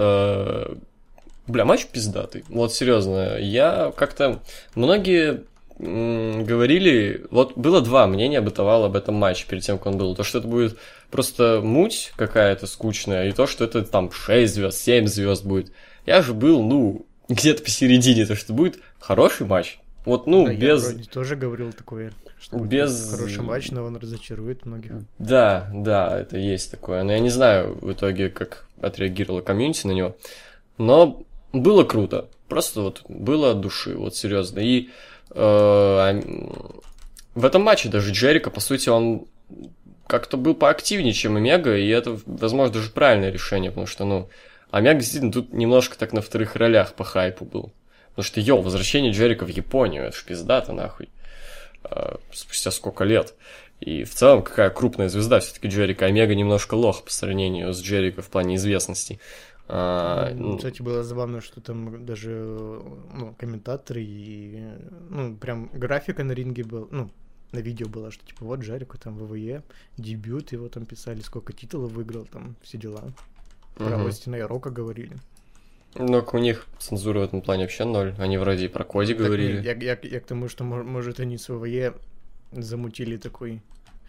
Бля, матч пиздатый, вот серьезно, я как-то, многие... говорили, вот было два мнения, бытовало об этом матче перед тем, как он был. То, что это будет просто муть какая-то скучная, и то, что это там 6 звезд, 7 звезд будет. Я же был, ну, где-то посередине, то, что будет хороший матч. Вот, ну, да, без... Я вроде тоже говорил такое, что без... хороший матч, но он разочарует многих. Да, это есть такое. Но я не знаю в итоге, как отреагировала комьюнити на него. Но было круто. Просто вот было от души, вот серьезно. И в этом матче даже Джерико, по сути, он как-то был поактивнее, чем Омега, и это, возможно, даже правильное решение, потому что, ну, Омега действительно тут немножко так на вторых ролях по хайпу был. Потому что, возвращение Джерика в Японию, это ж пиздато, нахуй. Спустя сколько лет. И в целом, какая крупная звезда все-таки Джерика. Омега немножко лох по сравнению с Джерико в плане известности. Кстати, было забавно, что там даже комментаторы и прям графика на ринге была, на видео было, что типа вот Джерико там ВВЕ, дебют, его там писали, сколько титулов выиграл, там все дела. Про Остина и Рока говорили. Ну, у них цензура в этом плане вообще ноль. Они вроде и про Коди говорили. Я к тому, что, может, они с ВВЕ замутили такой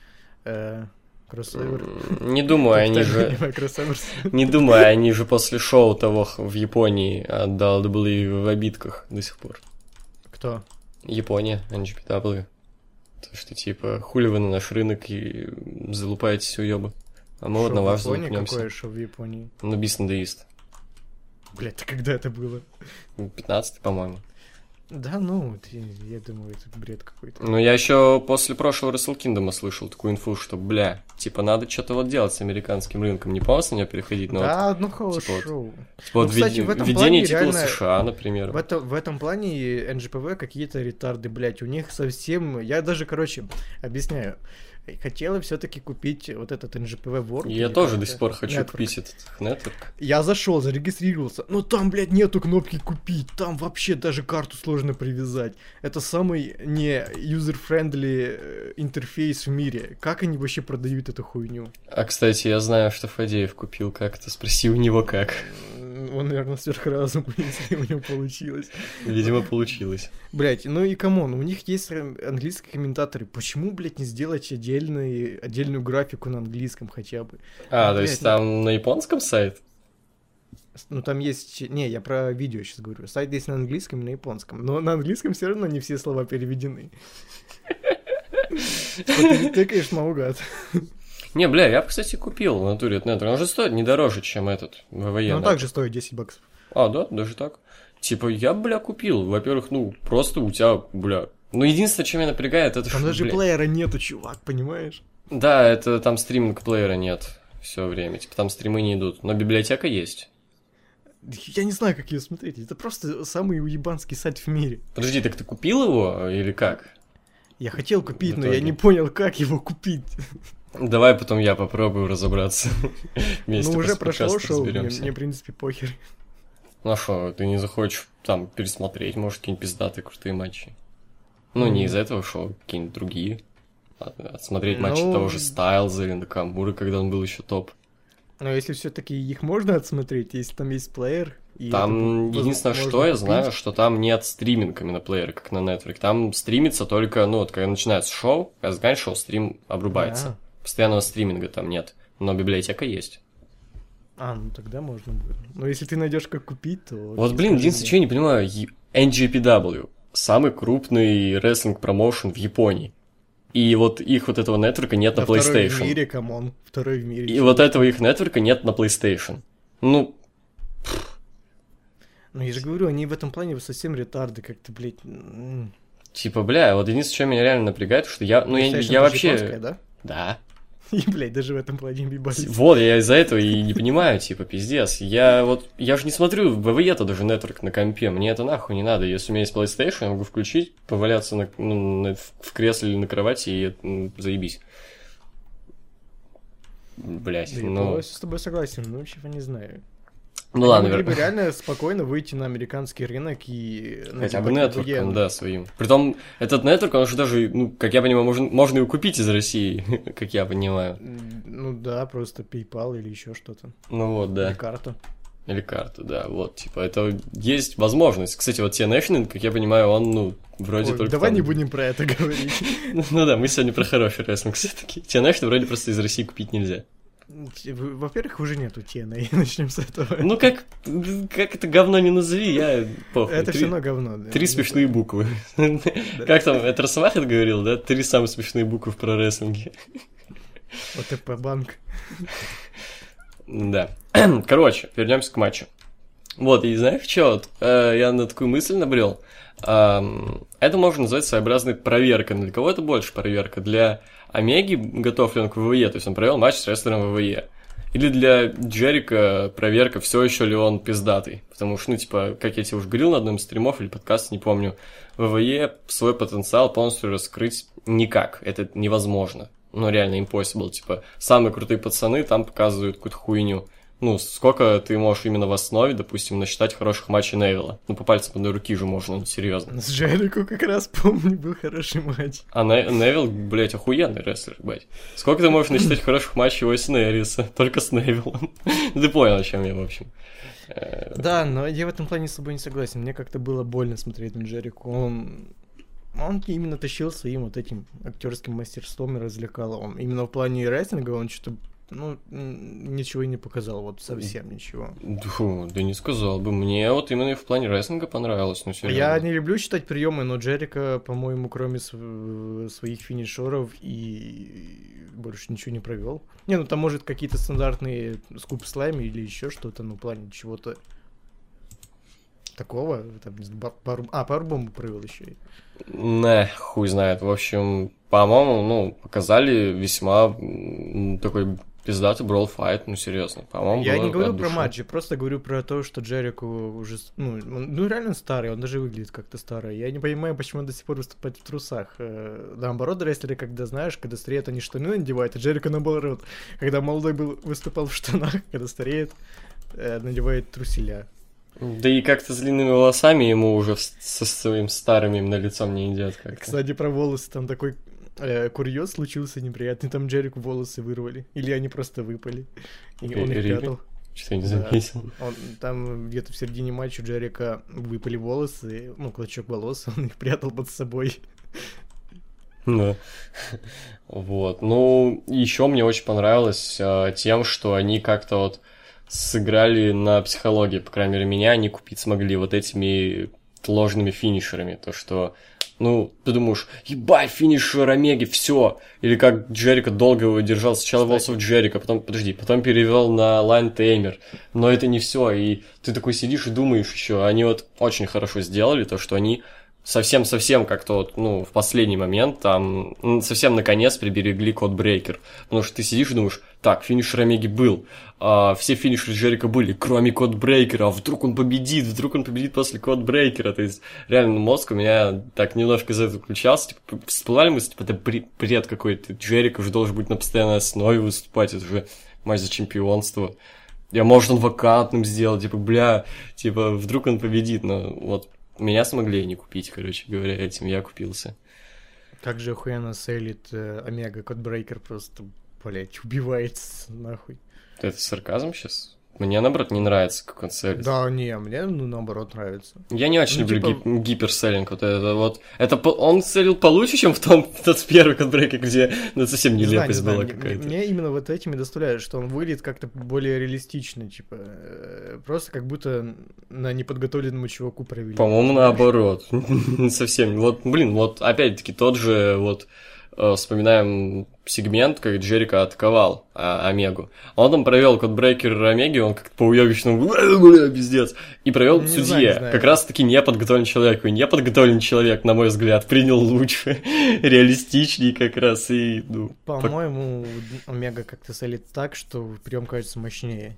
кроссовер. Не думаю, они же... Не думаю, они же после шоу того в Японии отдал были в обидках до сих пор. Кто? Япония, NGPW. То, что типа, хули вы на наш рынок и залупаетесь уёбы. А мы вот на ваш залупнёмся. Какое шоу в Японии? Ну, Beast in the East. Блядь, когда это было? 15-й, по-моему. Да, я думаю, это бред какой-то. Ну, я еще после прошлого Wrestle Kingdom слышал такую инфу, что, надо что-то вот делать с американским рынком. Не полностью на него переходить, но да, шоу. Введение титула США, например. В этом плане НЖПВ какие-то ретарды, блядь, у них совсем... Я даже, объясняю. Хотела все-таки купить вот этот NGPW World. Я тоже до сих пор хочу купить этот нетворк. Я зашел, зарегистрировался, но там, блядь, нету кнопки купить, там вообще даже карту сложно привязать. Это самый не юзер-френдли интерфейс в мире. Как они вообще продают эту хуйню? А, кстати, я знаю, что Фадеев купил как-то, спроси у него как. Он, наверное, сверхразум, если у него получилось. Видимо, получилось. Блять, и камон, у них есть английские комментаторы. Почему, блядь, не сделать отдельную графику на английском хотя бы? То есть там на японском сайт? Там есть... Не, я про видео сейчас говорю. Сайт есть на английском и на японском. Но на английском все равно не все слова переведены. Ты тыкаешь наугад. Не, я, кстати, купил в натуре этот нетворк. Он же стоит не дороже, чем этот ВВЕ. Он также стоит $10. Да? Даже так? Типа, я, купил. Во-первых, просто у тебя, единственное, чем меня напрягает, это... Там даже плеера нету, чувак, понимаешь? Да, это там стриминг плеера нет все время. Типа, там стримы не идут. Но библиотека есть. Я не знаю, как ее смотреть. Это просто самый уебанский сайт в мире. Подожди, так ты купил его или как? Я хотел купить, но я не понял, как его купить. Давай потом я попробую разобраться. Вместе уже прошло шоу, мне, в принципе, похер. Ну что, ты не захочешь там пересмотреть, может, какие-нибудь пиздатые крутые матчи? Не из этого шоу, какие-нибудь другие. Отсмотреть матчи того же Стайлза или Накамуры, когда он был еще топ. Но если все-таки их можно отсмотреть, если там есть плеер... Там единственное, что я знаю, что там нет стриминга именно плеера, как на Netflix. Там стримится только, когда начинается шоу, когда заканчивается шоу, стрим обрубается. Постоянного стриминга там нет, но библиотека есть. Тогда можно будет. Но если ты найдешь как купить, то... Вот, единственное, что я не понимаю, NGPW, самый крупный рестлинг-промоушен в Японии. И вот их вот этого нетворка нет на PlayStation. Второй в мире, камон. Второй в мире. И вот этого их нетворка нет на PlayStation. Я же говорю, они в этом плане совсем ретарды, как-то, блядь... Типа, вот единственное, что меня реально напрягает, что я вообще... Японская, да? Да. И, блядь, даже в этом плане ебались. Вот, я из-за этого и не понимаю, типа, пиздец. Я же не смотрю в ВВЕ-то даже нетворк на компе, мне это нахуй не надо. Если у меня есть PlayStation, я могу включить, поваляться в кресле или на кровати и заебись. Блять, Я полностью с тобой согласен, чего не знаю. Ладно, могли бы реально спокойно выйти на американский рынок и... Хотя бы нетворком, да, своим. Притом, этот нетворк, он же даже, как я понимаю, можно его купить из России, как я понимаю. Да, просто PayPal или еще что-то. Да. Или карта. Или карта, да, типа, это есть возможность. Кстати, вот TNA, как я понимаю, он, вроде только... Давай не будем про это говорить. Да, мы сегодня про хороший рестлинг все-таки. TNA вроде просто из России купить нельзя. Во-первых, уже нету TNA, начнем с этого. Как это говно не назови, я похуй. Это все равно говно, да. 3 смешные буквы. Как там, это Росомаха говорил, да? 3 самые смешные буквы в прорестлинге. ОТП банк. Да. Короче, вернемся к матчу. И знаешь что? Я на такую мысль набрел. Это можно назвать своеобразной проверкой. Для кого это больше проверка? Для Омеги готов ли он к ВВЕ? То есть он провел матч с рестлером ВВЕ. Или для Джерика проверка, все еще ли он пиздатый. Потому что, ну, типа, как я тебе уже говорил на одном из стримов или подкастов, не помню, в ВВЕ свой потенциал полностью раскрыть никак. Это невозможно. Ну, реально impossible. Типа, самые крутые пацаны там показывают какую-то хуйню. Ну, сколько ты можешь именно в основе, допустим, насчитать хороших матчей Невилла? Ну, по пальцам одной руки же можно, ну, серьезно. С Джерико как раз, помню, был хороший матч. А Невилл, блядь, охуенный рестлер, блядь. Сколько ты можешь насчитать хороших матчей у Остина Эриса? Только с Невиллом. Ты понял, о чем я, в общем. Да, но я в этом плане с собой не согласен. Мне как-то было больно смотреть на Джерико. Он именно тащил своим вот этим актерским мастерством и развлекал. Он именно в плане рестлинга он что-то, ну, ничего и не показал, вот совсем ничего. Фу, да не сказал бы. Мне вот именно и в плане рестлинга понравилось, ну серьезно. Я не люблю читать приемы, но Джерика, по-моему, кроме своих финишеров и больше ничего не провел. Не, ну там может какие-то стандартные скуп слайми или еще что-то, ну в плане чего-то такого. Там, пауэрбомбу провел еще. Не, хуй знает. В общем, по-моему, ну, показали весьма такой пиздатый брол-файт, ну, серьезно. По-моему, я не говорю про матчи, просто говорю про то, что Джерико уже, ну, реально старый, он даже выглядит как-то старый. Я не понимаю, почему он до сих пор выступает в трусах. Наоборот, рестлеры, когда, знаешь, когда стареют, они штаны надевают, а Джерико, наоборот, когда молодой выступал в штанах, когда стареет, надевает труселя. Да и как-то с длинными волосами ему уже со своим старым именно лицом не идет как-то. Кстати, про волосы, там такой курьез случился неприятный, там Джерику волосы вырвали, или они просто выпали, и он их прятал. Что-то я не заметил. Да. Там где-то в середине матча у Джерика выпали волосы, ну, клочок волос, он их прятал под собой. Да. Вот. Ну, еще мне очень понравилось тем, что они как-то вот сыграли на психологии, по крайней мере, меня они купить смогли вот этими ложными финишерами. То, что, ну, ты думаешь, ебать, финишер Омеги, все. Или как Джерика долго его держал, сначала волосов Джерика, потом перевел на Лайн Теймер. Но это не все. И ты такой сидишь и думаешь еще, они вот очень хорошо сделали то, что они совсем как-то вот, ну, в последний момент там совсем наконец приберегли кодбрейкер. Потому что ты сидишь и думаешь, так, финишер Омеги был, все финишеры Джерика были, кроме кодбрейкера, а вдруг он победит после кодбрейкера. То есть, реально, мозг у меня так немножко из этого включался, типа, всплывали мысли, типа, это бред какой-то, Джерика уже должен быть на постоянной основе выступать, это же матч за чемпионство. Может, он вакантным сделал, типа, бля, типа, вдруг он победит, но вот меня смогли не купить, короче говоря, этим я купился. Как же охуенно селит Омега, кодбрейкер просто, блять, убивается нахуй. Это сарказм сейчас? Мне, наоборот, не нравится, как он селит. Да, не, мне, ну, наоборот, нравится. Я не очень люблю гиперселлинг, вот это вот. Он селил получше, чем в тот первый кодбрейкер, где совсем нелепость была какая-то. Мне именно вот этим и доставляет, что он выглядит как-то более реалистично, типа, просто как будто на неподготовленному чуваку провели. По-моему, наоборот. Совсем. Вот, блин, вот опять-таки тот же вот вспоминаем сегмент, как Джерика атаковал Омегу. Он там провел кодбрейкер Омеги, он как-то по-уёбищному, пиздец, и провел судье. Как раз-таки неподготовленный человек. И неподготовленный человек, на мой взгляд, принял лучше, реалистичнее как раз. И, ну, по-моему, Омега как-то солит так, что прием кажется мощнее.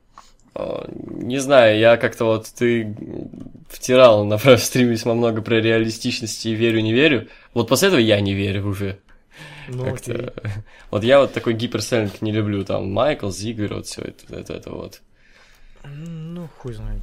Не знаю, я как-то вот ты втирал на стриме весьма много про реалистичность и верю-не верю. Вот после этого я не верю уже. Ну, как-то... Вот я вот такой гиперселлинг не люблю. Там Майкл, Зиггер, вот все это вот. Ну, хуй знает.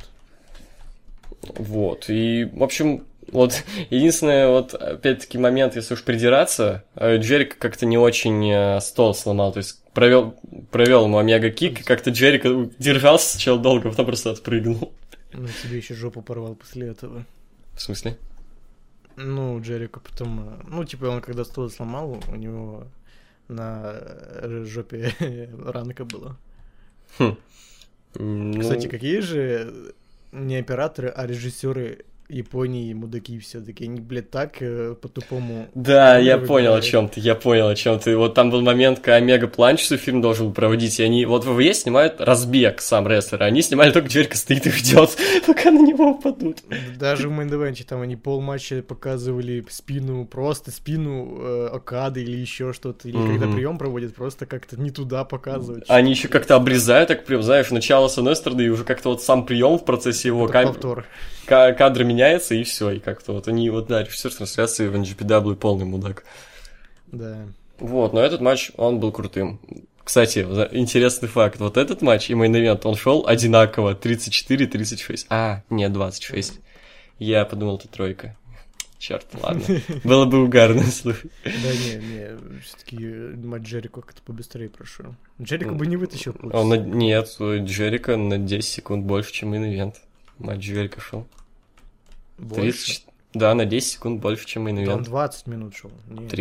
Вот. И, в общем, вот единственный вот, опять-таки, момент, если уж придираться, Джерика как-то не очень стол сломал. То есть провел ему омега-кик, и как-то Джерика держался сначала долго, потом просто отпрыгнул. Ну, тебе еще жопу порвал после этого. В смысле? Ну, Джерика потом... Ну, типа, он когда стол сломал, у него на жопе ранка была. Ну... Кстати, какие же не операторы, а режиссеры Японии мудаки все-таки. Они, блядь, так по-тупому... Да, я выбирают. понял, о чем ты. Вот там был момент, когда Омега Планчесу фильм должен был проводить, и они... Вот в ВВЕ снимают разбег сам рестлер, а они снимали только Джерика стоит и ждет, пока на него упадут. Даже в мейн-эвенте там они полматча показывали спину, просто спину Окады или еще что-то. Или когда прием проводят, просто как-то не туда показывают. Они еще как-то обрезают, так прям, знаешь, начало с одной стороны, и уже как-то вот сам прием в процессе его Повтор. кадр меняется, и все, и как-то вот они, вот, да, режиссер трансляции в NGPW полный мудак. Да. Вот, но этот матч, он был крутым. Кстати, интересный факт, вот этот матч и мейн-эвент, он шел одинаково, 34-36. Нет, 26. Я подумал, это тройка. Черт, ладно. Было бы угарно, слушай. Да не, все-таки матч Джерико как-то побыстрее прошел. Джерико бы не вытащил полчаса. Нет, Джерика на 10 секунд больше, чем мейн-эвент. Матч Джерика шел. Больше? Да, на 10 секунд больше, чем мейн-эвент. Там 20 минут шел.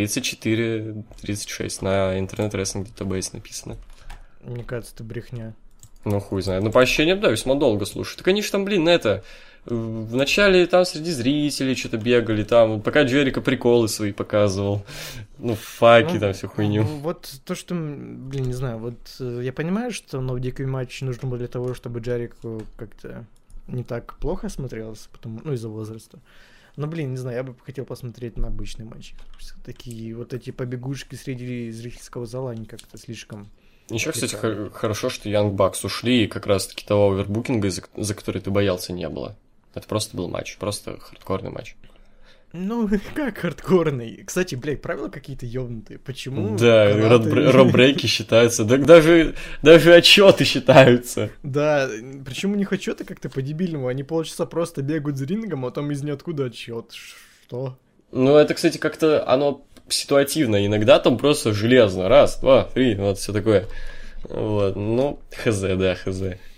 34-36 на интернет-рестлинг Database написано. Мне кажется, это брехня. Ну, хуй знает. Ну, по ощущениям, да, весьма долго слушай. Так они же там, блин, вначале там среди зрителей что-то бегали, там, пока Джерика приколы свои показывал. Ну, факи, там всю хуйню. Вот то, что, блин, не знаю, вот я понимаю, что новодикий матч нужен был для того, чтобы Джерико как-то не так плохо смотрелся, из-за возраста. Но, блин, не знаю, я бы хотел посмотреть на обычный матч. Такие вот эти побегушки среди зрительского зала, они как-то слишком... Еще, кстати, хорошо, что Young Bucks ушли, и как раз-таки того овербукинга, за который ты боялся, не было. Это просто был матч, просто хардкорный матч. Ну, как хардкорный? Кстати, блядь, правила какие-то ёбнутые. Почему? Да, роб-брейки считаются, даже отчеты считаются. Да, причем у них отчеты как-то по-дебильному. Они полчаса просто бегают за рингом, а там из ниоткуда отчет. Что? Ну, это, кстати, как-то оно ситуативно. Иногда там просто железно. Раз, два, три, вот все такое. Вот, ну, хз, да, хз.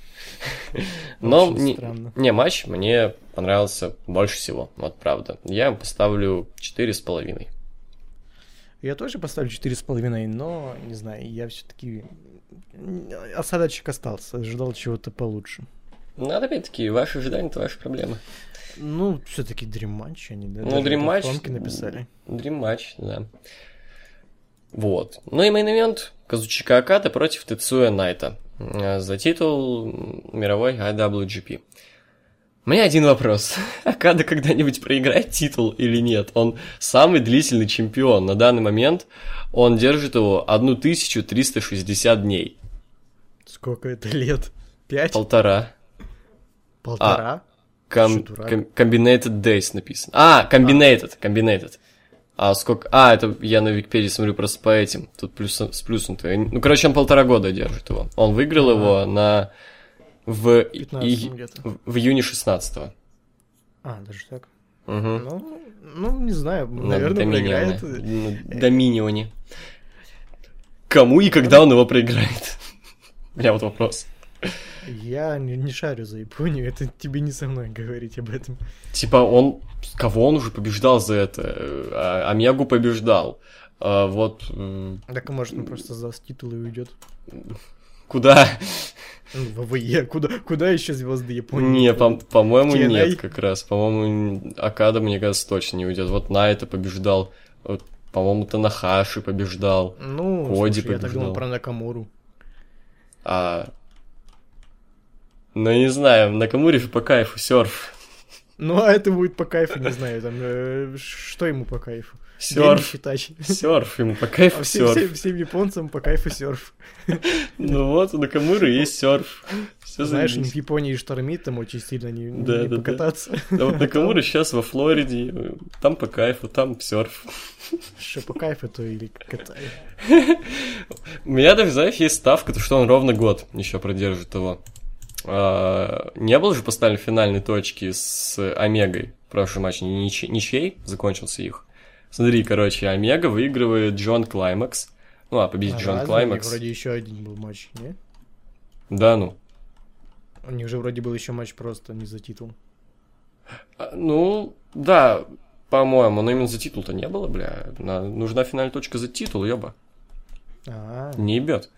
Но матч мне понравился больше всего, вот правда. Я ему поставлю 4,5. Я тоже поставлю 4,5, но, не знаю, я все-таки... Осадочек остался, ожидал чего-то получше. Ну, опять-таки, ваши ожидания — это ваши проблемы. Ну, все-таки Dream Match они, да? Ну, Dream Match... написали. Dream Match, да. Вот. Ну и мейн-эвент Казучика Окада против Тецуя Найта за титул мировой IWGP. У меня один вопрос. Окада когда-нибудь проиграет титул или нет? Он самый длительный чемпион. На данный момент он держит его 1360 дней. Сколько это лет? 5? Полтора. Combinated Days написано. Combinated. А сколько... это я на Википедии смотрю просто по этим. Тут сплюснуто. Ну, короче, он 1,5 года держит его. Он выиграл его в июне 16-го. Даже так? Угу. Ну, не знаю, наверное, проиграет. Доминионе. Кому и когда он его проиграет? У меня вот вопрос. Я не шарю за Японию, это тебе не со мной говорить об этом. Типа кого он уже побеждал за это? Омегу побеждал. Вот... Так, может, он просто сдаст титул и уйдет. Куда? В ВВЕ. Куда еще звезды Японии? Не, по-моему, нет как раз. По-моему, Окада, мне кажется, точно не уйдет. Вот Найта побеждал. Вот, по-моему, Танахаши побеждал. Ну, Коди слушай, я так думал побеждал. про Накамуру. Ну, не знаю, Накамуре же по кайфу серф. Ну, а это будет по кайфу, не знаю, там, что ему по кайфу? Серф. Серф, ему по кайфу серф. Всем японцам по кайфу серф. Ну вот, у Накамуры есть серф. Знаешь, в Японии штормит, там очень сильно не покататься. Да вот Накамура сейчас во Флориде, там по кайфу, там серф. Что по кайфу, то или катай. У меня даже, знаешь, есть ставка, то что он ровно год еще продержит его. Не было же поставлен финальной точки с Омегой в прошлом матче, ничей закончился их. Смотри, короче, Омега выигрывает Джон Клаймакс. Победит Джон Клаймакс. Вроде еще один был матч, не? Да, ну. У них же вроде был еще матч просто не за титул. Ну, да, по-моему, но именно за титул-то не было, бля. Нужна финальная точка за титул, ёба. Не ебет.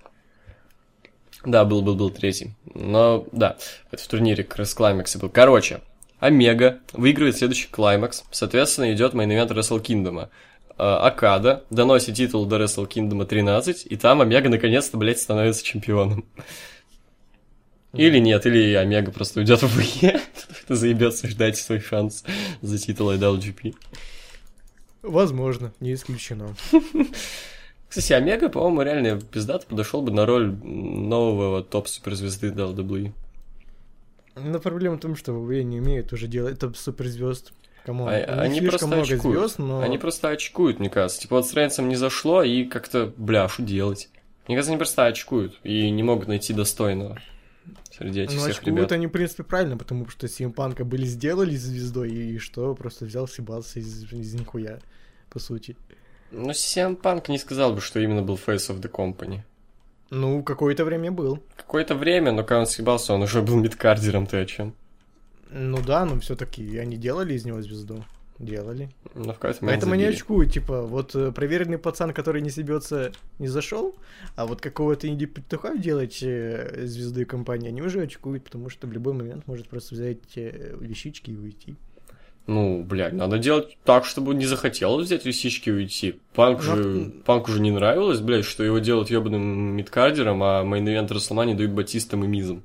Да, был третий. Но, да, это в турнире как раз Клаймаксе был. Короче, Омега выигрывает следующий клаймакс. Соответственно, идет мейн-ивент Wrestle Kingdom. Акада доносит титул до Wrestle Kingdom 13, и там Омега наконец-то, блядь, становится чемпионом. Или нет, или Омега просто уйдет в ВЕ, это заебется, ждать свой шанс за титул IWGP. Возможно, не исключено. Кстати, Омега, по-моему, реально пиздато подошел бы на роль нового топ-суперзвезды WWE. Но проблема в том, что ВВЕ не умеют уже делать топ-суперзвезд. Они просто много очкуют. звезд, но... Они просто очкуют, мне кажется. Типа вот с Рейнсом не зашло, и как-то, бля, что делать? Мне кажется, они просто очкуют и не могут найти достойного среди этих всех очкуют ребят. они, в принципе, правильно, потому что CM Punk были сделали звездой, и что, просто взял, съебался из нихуя, по сути. Ну, CM Punk не сказал бы, что именно был Face of the Company. Ну, какое-то время был. Какое-то время, но когда он съебался, он уже был мидкардером, ты о чем? Ну да, но все-таки они делали из него звезду. Делали. Но в какой-то момент Поэтому они забили. очкуют, типа, вот проверенный пацан, который не съебется, не зашел, а вот какого-то инди-петуха делать звезды компании, они уже очкуют, потому что в любой момент может просто взять вещички и уйти. Ну, блядь, надо делать так, чтобы он не захотел взять висички и уйти. Панку же не нравилось, блядь, что его делают ебаным мидкардером, а мейн-ивент Расселмани дают Батистам и Мизом.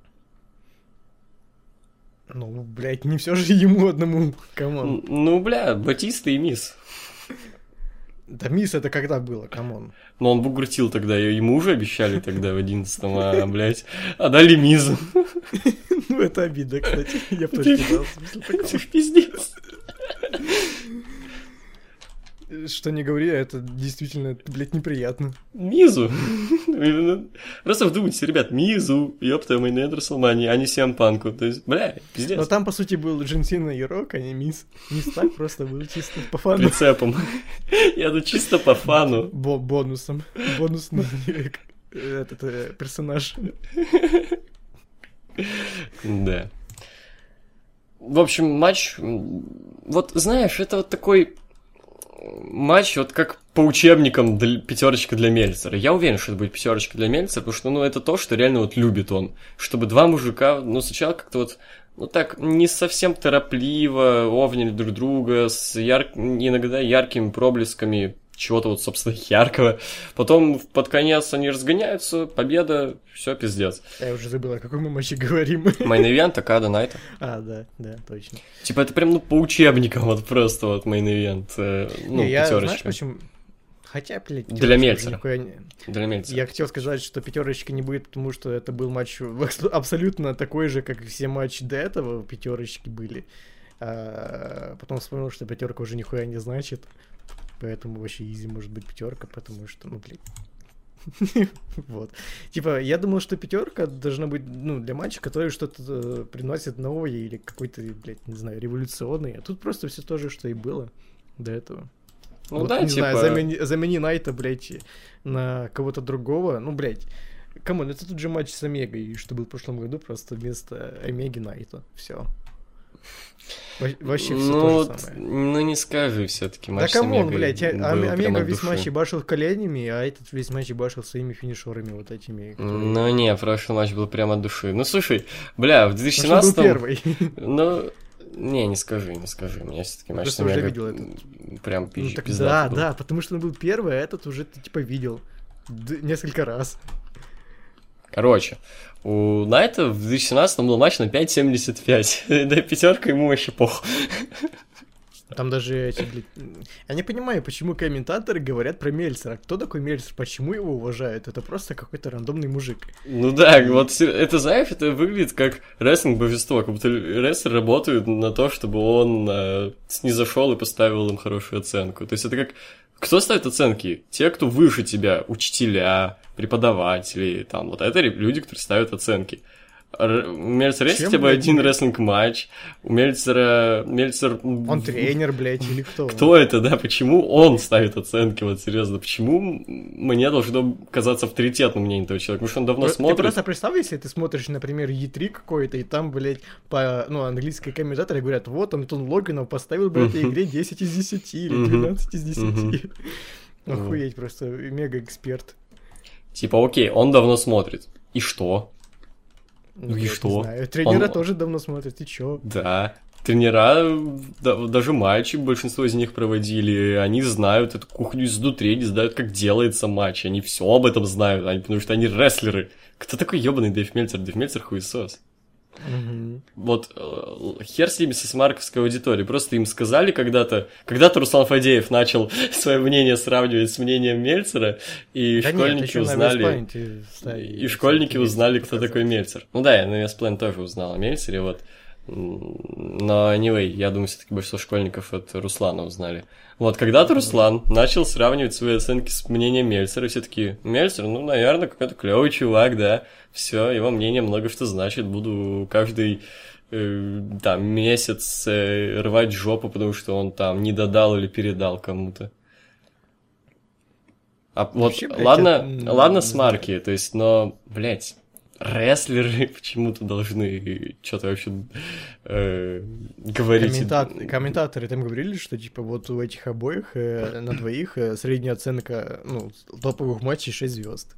Ну, блядь, не все же ему одному, камон. Ну, бля, Батиста и Миз. Да Мисс это когда было, камон. Но он бугуртил тогда, ему уже обещали тогда в 11-м, а, блядь, отдали Мизу. Ну, это обидно, кстати. Я бы тоже кидал. Это пиздец. Что не говори, это действительно, блядь, неприятно. Мизу. Просто вдумайтесь, ребят, Мизу, ёпта, мейн-ивент Расселмани, а не CM Панку. То есть, бля, пиздец. Но там, по сути, был Джон Сина и Рок, а не Мисс. Мисс так просто был чисто по фану. Прицепом. Я тут чисто по фану. Бонусом. Бонусный этот персонаж. Да. В общем, матч... Вот, знаешь, это вот такой матч, вот как по учебникам пятерочка для Мельцера. Я уверен, что это будет пятерочка для Мельцера, потому что, ну, это то, что реально вот любит он. Чтобы два мужика, ну, сначала как-то вот, ну, так, не совсем торопливо овнили друг друга, с иногда яркими проблесками чего-то вот, собственно, яркого. Потом под конец они разгоняются, победа, все пиздец. Я уже забыл, о каком мы матче говорим. Мейн-ивент Акада Найта. А, да, точно. Типа это прям, ну, по учебникам вот просто вот мейн-ивент, ну, я, пятерочка. знаешь, почему... Хотя, блядь, Для Мельцера. Не... Для Мельцера. Я хотел сказать, что пятерочки не будет, потому что это был матч абсолютно такой же, как и все матчи до этого, пятерочки были. А потом вспомнил, что пятерка уже нихуя не значит. Поэтому вообще изи может быть пятерка, потому что, ну, блядь. Вот. Типа, я думал, что пятерка должна быть, ну, для матча, который что-то приносит новое или какой-то, блядь, не знаю, революционный. А тут просто все то же, что и было до этого. Ну вот, да, не типа... знаю, замени Найта, блядь, на кого-то другого. Ну, блядь, камон, это тут же матч с Омегой, что был в прошлом году, просто вместо Омеги Найта. Все. Вообще все ну, то же самое. Ну, не скажи все-таки матч да с камон, Омегой блядь, был Омега прям от весь души. матч ебашил коленями, а этот весь матч ебашил своими финишерами вот этими. Которые... Ну, не, прошлый матч был прям от души. Ну, слушай, бля, в 2017-м... был первый. Ну, не скажи. У меня все-таки матч с Просто уже Омегой видел этот. прям Ну, так пиздатый был. да, потому что он был первый, а этот уже ты типа видел несколько раз. Короче, у Найта в 2017-м был матч на 5.75. Да, пятерка ему вообще похуй. Там даже эти, блядь... Я не понимаю, почему комментаторы говорят про Мельцера. Кто такой Мельцер? Почему его уважают? Это просто какой-то рандомный мужик. Ну да, вот это, знаешь, это выглядит как рестлинг-божество, как будто рестлеры работают на то, чтобы он снизошел и поставил им хорошую оценку. То есть это как... Кто ставит оценки? Те, кто выше тебя, учителя, преподаватели, там, вот это люди, которые ставят оценки. У Мельцера есть хотя бы один рестлинг-матч, у Мельцер... Он тренер, блядь, или кто? Кто это, да? Почему он ставит оценки, вот серьезно? Почему мне должно казаться авторитетным мнение этого человека? Потому что он давно смотрит. Ты просто представь, если ты смотришь, например, E3 какой-то, и там, блядь, по, ну, английские комментаторы говорят, вот Антон Логинов поставил бы этой игре 10 из 10 или 12 из 10. Охуеть, просто мега-эксперт. Типа, окей, он давно смотрит. И что? Ну и что? Не знаю. Тренера тоже давно смотрят, и чё? Да. тренера, даже матчи, большинство из них проводили, они знают эту кухню изнутри, они знают, как делается матч, они все об этом знают, потому что они рестлеры. Кто такой ебаный Дэйв Мельцер? Дэйв Мельцер хуесос. Вот хер с ними, со смарковской аудиторией. Просто им сказали когда-то Руслан Фадеев начал свое мнение сравнивать с мнением Мельцера, и школьники узнали, кто такой Мельцер. Ну да, я на Вестплен тоже узнал о Мельцере, вот. Но anyway, я думаю, все-таки большинство школьников от Руслана узнали. Вот, когда-то Руслан начал сравнивать свои оценки с мнением Мельцера, и все таки Мельцер, ну, наверное, какой-то клевый чувак, да, все, его мнение много что значит, буду каждый там месяц рвать жопу, потому что он там не додал или передал кому-то. А вот, вообще, блядь, ладно с марки, то есть, но, блядь, рестлеры почему-то должны что-то вообще говорить. Комментаторы там говорили, что типа вот у этих обоих на двоих средняя оценка, ну, топовых матчей 6 звезд.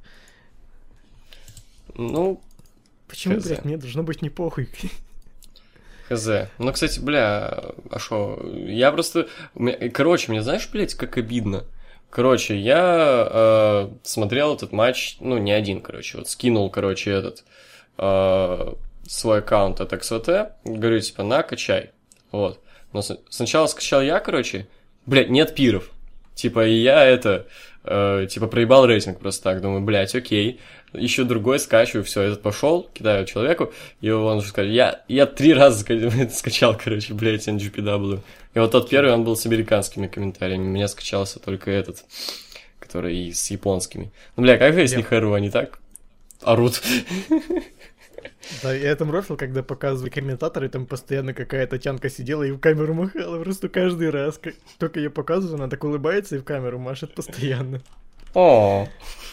Ну, почему, блядь, мне должно быть не похуй? Хз. Ну, кстати, бля, а шо? Я просто... Короче, мне знаешь, блядь, как обидно? Короче, я смотрел этот матч, ну, не один, короче, вот скинул, короче, этот свой аккаунт от XOT, говорю, типа, на, качай, вот. Но сначала скачал я, короче, блядь, нет пиров, типа, и я типа, проебал рейтинг просто так, думаю, блядь, окей, еще другой скачиваю, все, этот пошел, кидаю человеку, и он же сказал, я 3 раза скачал, короче, блядь, NGPW. И вот тот первый, он был с американскими комментариями, у меня скачался только этот, который с японскими. Ну, бля, как же я с них ору, они так орут. Да, я там рофил, когда показывали комментаторы, там постоянно какая-то тянка сидела и в камеру махала, просто каждый раз, как только ее показываю, она так улыбается и в камеру машет постоянно. О.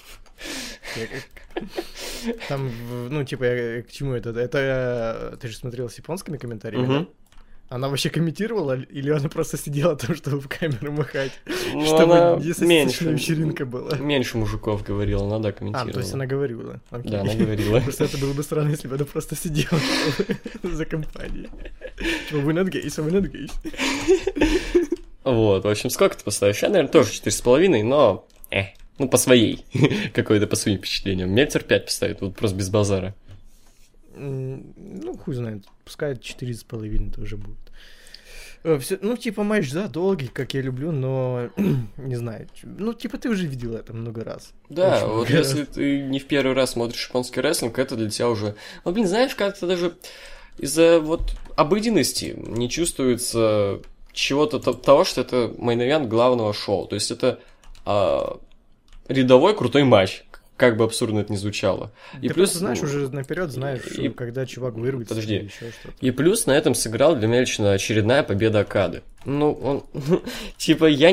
Там, ну, типа, к чему это? Это ты же смотрел с японскими комментариями, да? Она вообще комментировала, или она просто сидела там, чтобы в камеру махать? Ну, чтобы десятичная вечеринка была. Меньше мужиков говорила, она, да, комментировала. А, то есть она говорила. Окей. Да, она говорила. Просто это было бы странно, если бы она просто сидела за компанией. Типа, вы not gays, вы not gays. Вот, в общем, сколько ты поставишь? Я, наверное, тоже 4,5, но... Ну, по своей. Какой-то по своим впечатлениям. Мельцер 5 поставит, вот просто без базара. Ну, хуй знает. Пускай 4,5 тоже будет. Всё, ну, типа, матч, да, долгий, как я люблю, но не знаю. Ну, типа, ты уже видел это много раз. Да, очень вот если ты не в первый раз смотришь японский рестлинг, это для тебя уже... Ну, блин, знаешь, как-то даже из-за вот обыденности не чувствуется чего-то того, что это мейн-ивент главного шоу. То есть это рядовой крутой матч. Как бы абсурдно это ни звучало. И ты плюс, знаешь, уже наперед знаешь, что когда чувак вырвется. Подожди. Или еще что-то. И плюс на этом сыграл для меня лично очередная победа Окады. Ну, он... Типа, я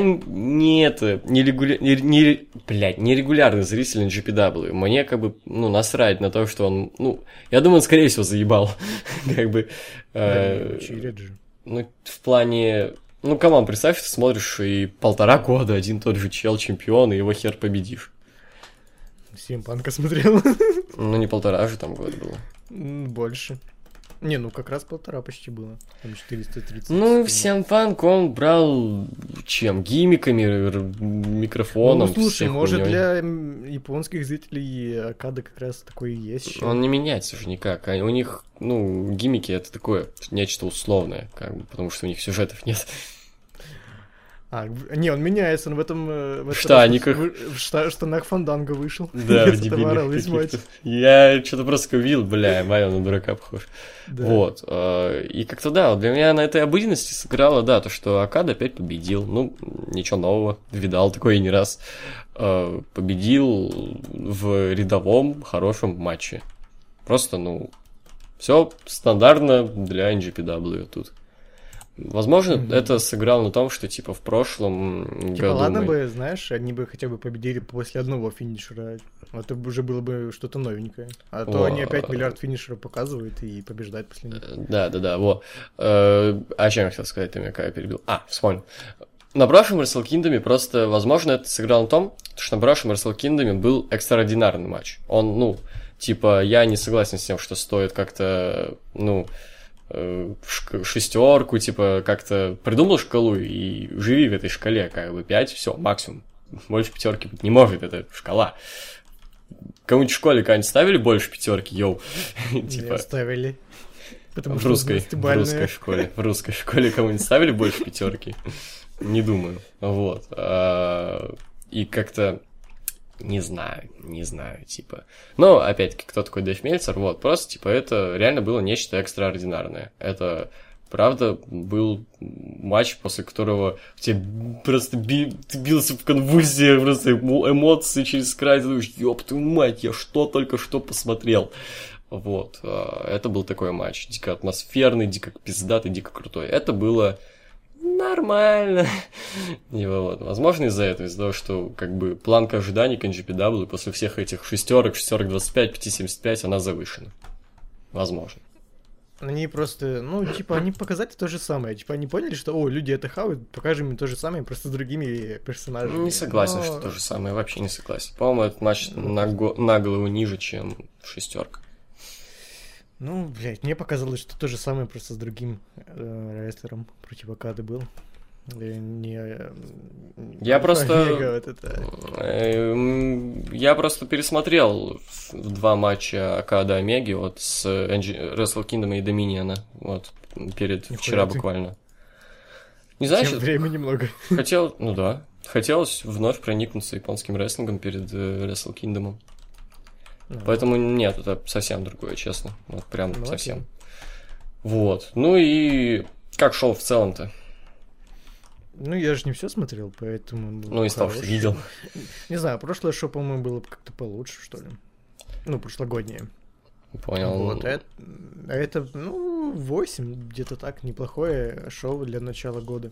нерегулярный зритель NGPW. Мне как бы, ну, насрать на то, что он... Ну, я думаю, он, скорее всего, заебал. Как бы... Ну, в плане... Ну, камон, представь, ты смотришь, и 1,5 года один тот же чел чемпион, и его хер победишь. Симпанка смотрел. Ну, не 1,5 же там года было. Больше. Не, ну как раз 1,5 почти было. Там 430. Ну, Симпанк он брал чем? Гиммиками, микрофоном. Ну, слушай, может для японских зрителей Окада как раз такой и есть еще. Он не меняется же никак. У них, ну, гиммики это такое, нечто условное, как бы, потому что у них сюжетов нет. Не, он меняется, он в этом... В штаниках. В штанах Фанданго вышел. Да, в дебильных. Я что-то просто увидел, бля, Майо на дурака похож. Да. Вот. И как-то, да, для меня на этой обыденности сыграло, да, то, что Окада опять победил. Ну, ничего нового, видал такое и не раз. Победил в рядовом хорошем матче. Просто, ну, все стандартно для NGPW тут. Возможно, это сыграло на том, что, типа, в прошлом году... ладно бы, знаешь, они бы хотя бы победили после одного финишера. Это уже было бы что-то новенькое. А то они опять миллиард финишеров показывают и побеждают после них. Да, вот. О чем я хотел сказать, ты меня когда перебил? Вспомнил. На прошлом Wrestle Kingdom просто, возможно, это сыграло на том, что на прошлом Wrestle Kingdom был экстраординарный матч. Он, ну, типа, я не согласен с тем, что стоит как-то, ну... шестерку, типа, как-то придумал шкалу и живи в этой шкале, как бы 5, все, максимум. Больше пятерки быть не может, это шкала. Кому-нибудь в школе когда-нибудь ставили больше пятерки, йоу? Не ставили. Потому В что русской десятибалльная. в русской школе кому-нибудь ставили больше пятерки? Не думаю. Вот. И как-то не знаю, типа. Но, опять-таки, кто такой Дэйв Мельцер? Вот, просто, типа, это реально было нечто экстраординарное. Это, правда, был матч, после которого тебе просто ты бился в конвульсиях, просто эмоции через край, ты думаешь, ёб твою мать, я что только что посмотрел. Вот, это был такой матч, дико атмосферный, дико пиздатый, дико крутой. Это было нормально. И вот, возможно, из-за этого, из-за того, что как бы планка ожиданий к NGPW после всех этих шестерок 25, 5.75, она завышена. Возможно. Они просто, ну, типа, они показали то же самое. Типа, они поняли, что, о, люди это хавают, покажем им то же самое, просто с другими персонажами. Не согласен, что то же самое, вообще не согласен. По-моему, этот матч на голову ниже, чем шестерка. Ну, блядь, мне показалось, что то же самое, просто с другим рестлером против Окады был. Я просто это... Я просто пересмотрел два матча Окада Омеги вот с Wrestle Kingdom и Доминиона вот перед вчера буквально. Не знаю, что времени много. Хотелось вновь проникнуться японским рестлингом перед Wrestle Kingdom. Поэтому нет, это совсем другое, честно. Вот прям совсем. Окей. Вот. Ну и как шоу в целом-то? Ну, я же не все смотрел, поэтому... Ну, из того, что видел. Не знаю, прошлое шоу, по-моему, было как-то получше, что ли. Ну, прошлогоднее. Понял. Вот, это, ну, 8, где-то так, неплохое шоу для начала года.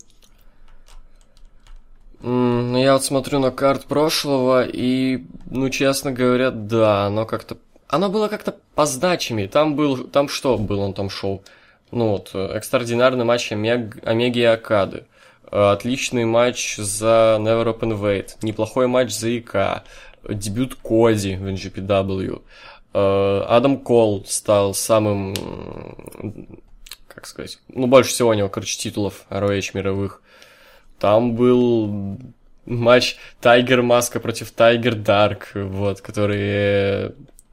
Ну, я вот смотрю на карт прошлого, и, ну, честно говоря, да, оно было как-то позначимее. Там что было на том шоу? Ну, вот, экстраординарный матч Омеги и Окады. Отличный матч за Never Open Weight. Неплохой матч за ИК. Дебют Коди в NGPW. Адам Кол стал самым, как сказать, ну, больше всего у него, короче, титулов ROH мировых. Там был матч Тайгер Маска против Тайгер Дарк, вот, которые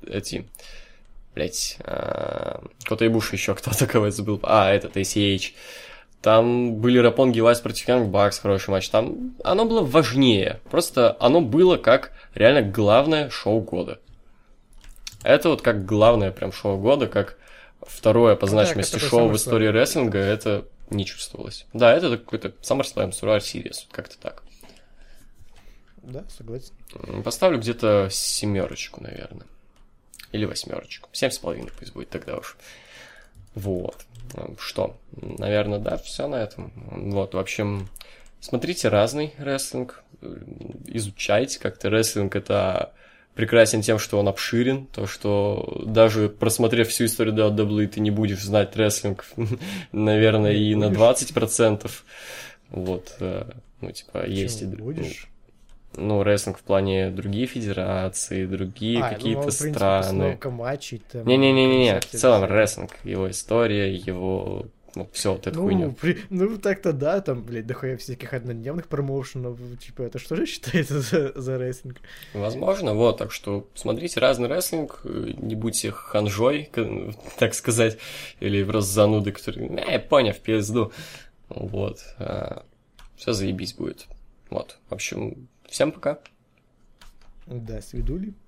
Кота Ибуши еще кто-то, кого я забыл. Этот ACH. Там были Ропpongi Vice против Young Bucks, хороший матч. Там оно было важнее. Просто оно было как реально главное шоу года. Это вот как главное прям шоу года, как второе по значимости шоу в истории рестлинга, это не чувствовалось. Да, это какой-то SummerSlam, Survivor Series, как-то так. Да, согласен. Поставлю где-то 7, наверное. Или 8. 7,5 пусть будет тогда уж. Вот. Что? Наверное, да, все на этом. Вот, в общем, смотрите разный рестлинг, изучайте как-то. Рестлинг это прекрасен тем, что он обширен, то, что даже просмотрев всю историю WWE, ты не будешь знать рестлинг, наверное, и на 20%. Вот, ну, типа, есть и будешь? Ну, рестлинг в плане другие федерации, другие какие-то страны. Не-не-не, в целом рестлинг, его история, его... Ну, все вот эту хуйню. Ну, так-то да, там, блядь, дохуя всяких однодневных промоушенов, типа, это что же считается за рестлинг? Возможно, вот, так что смотрите разный рестлинг, не будьте ханжой, так сказать, или просто занудой, который, понял, в пизду. Вот, все заебись будет. Вот, в общем, всем пока. Да, свидули.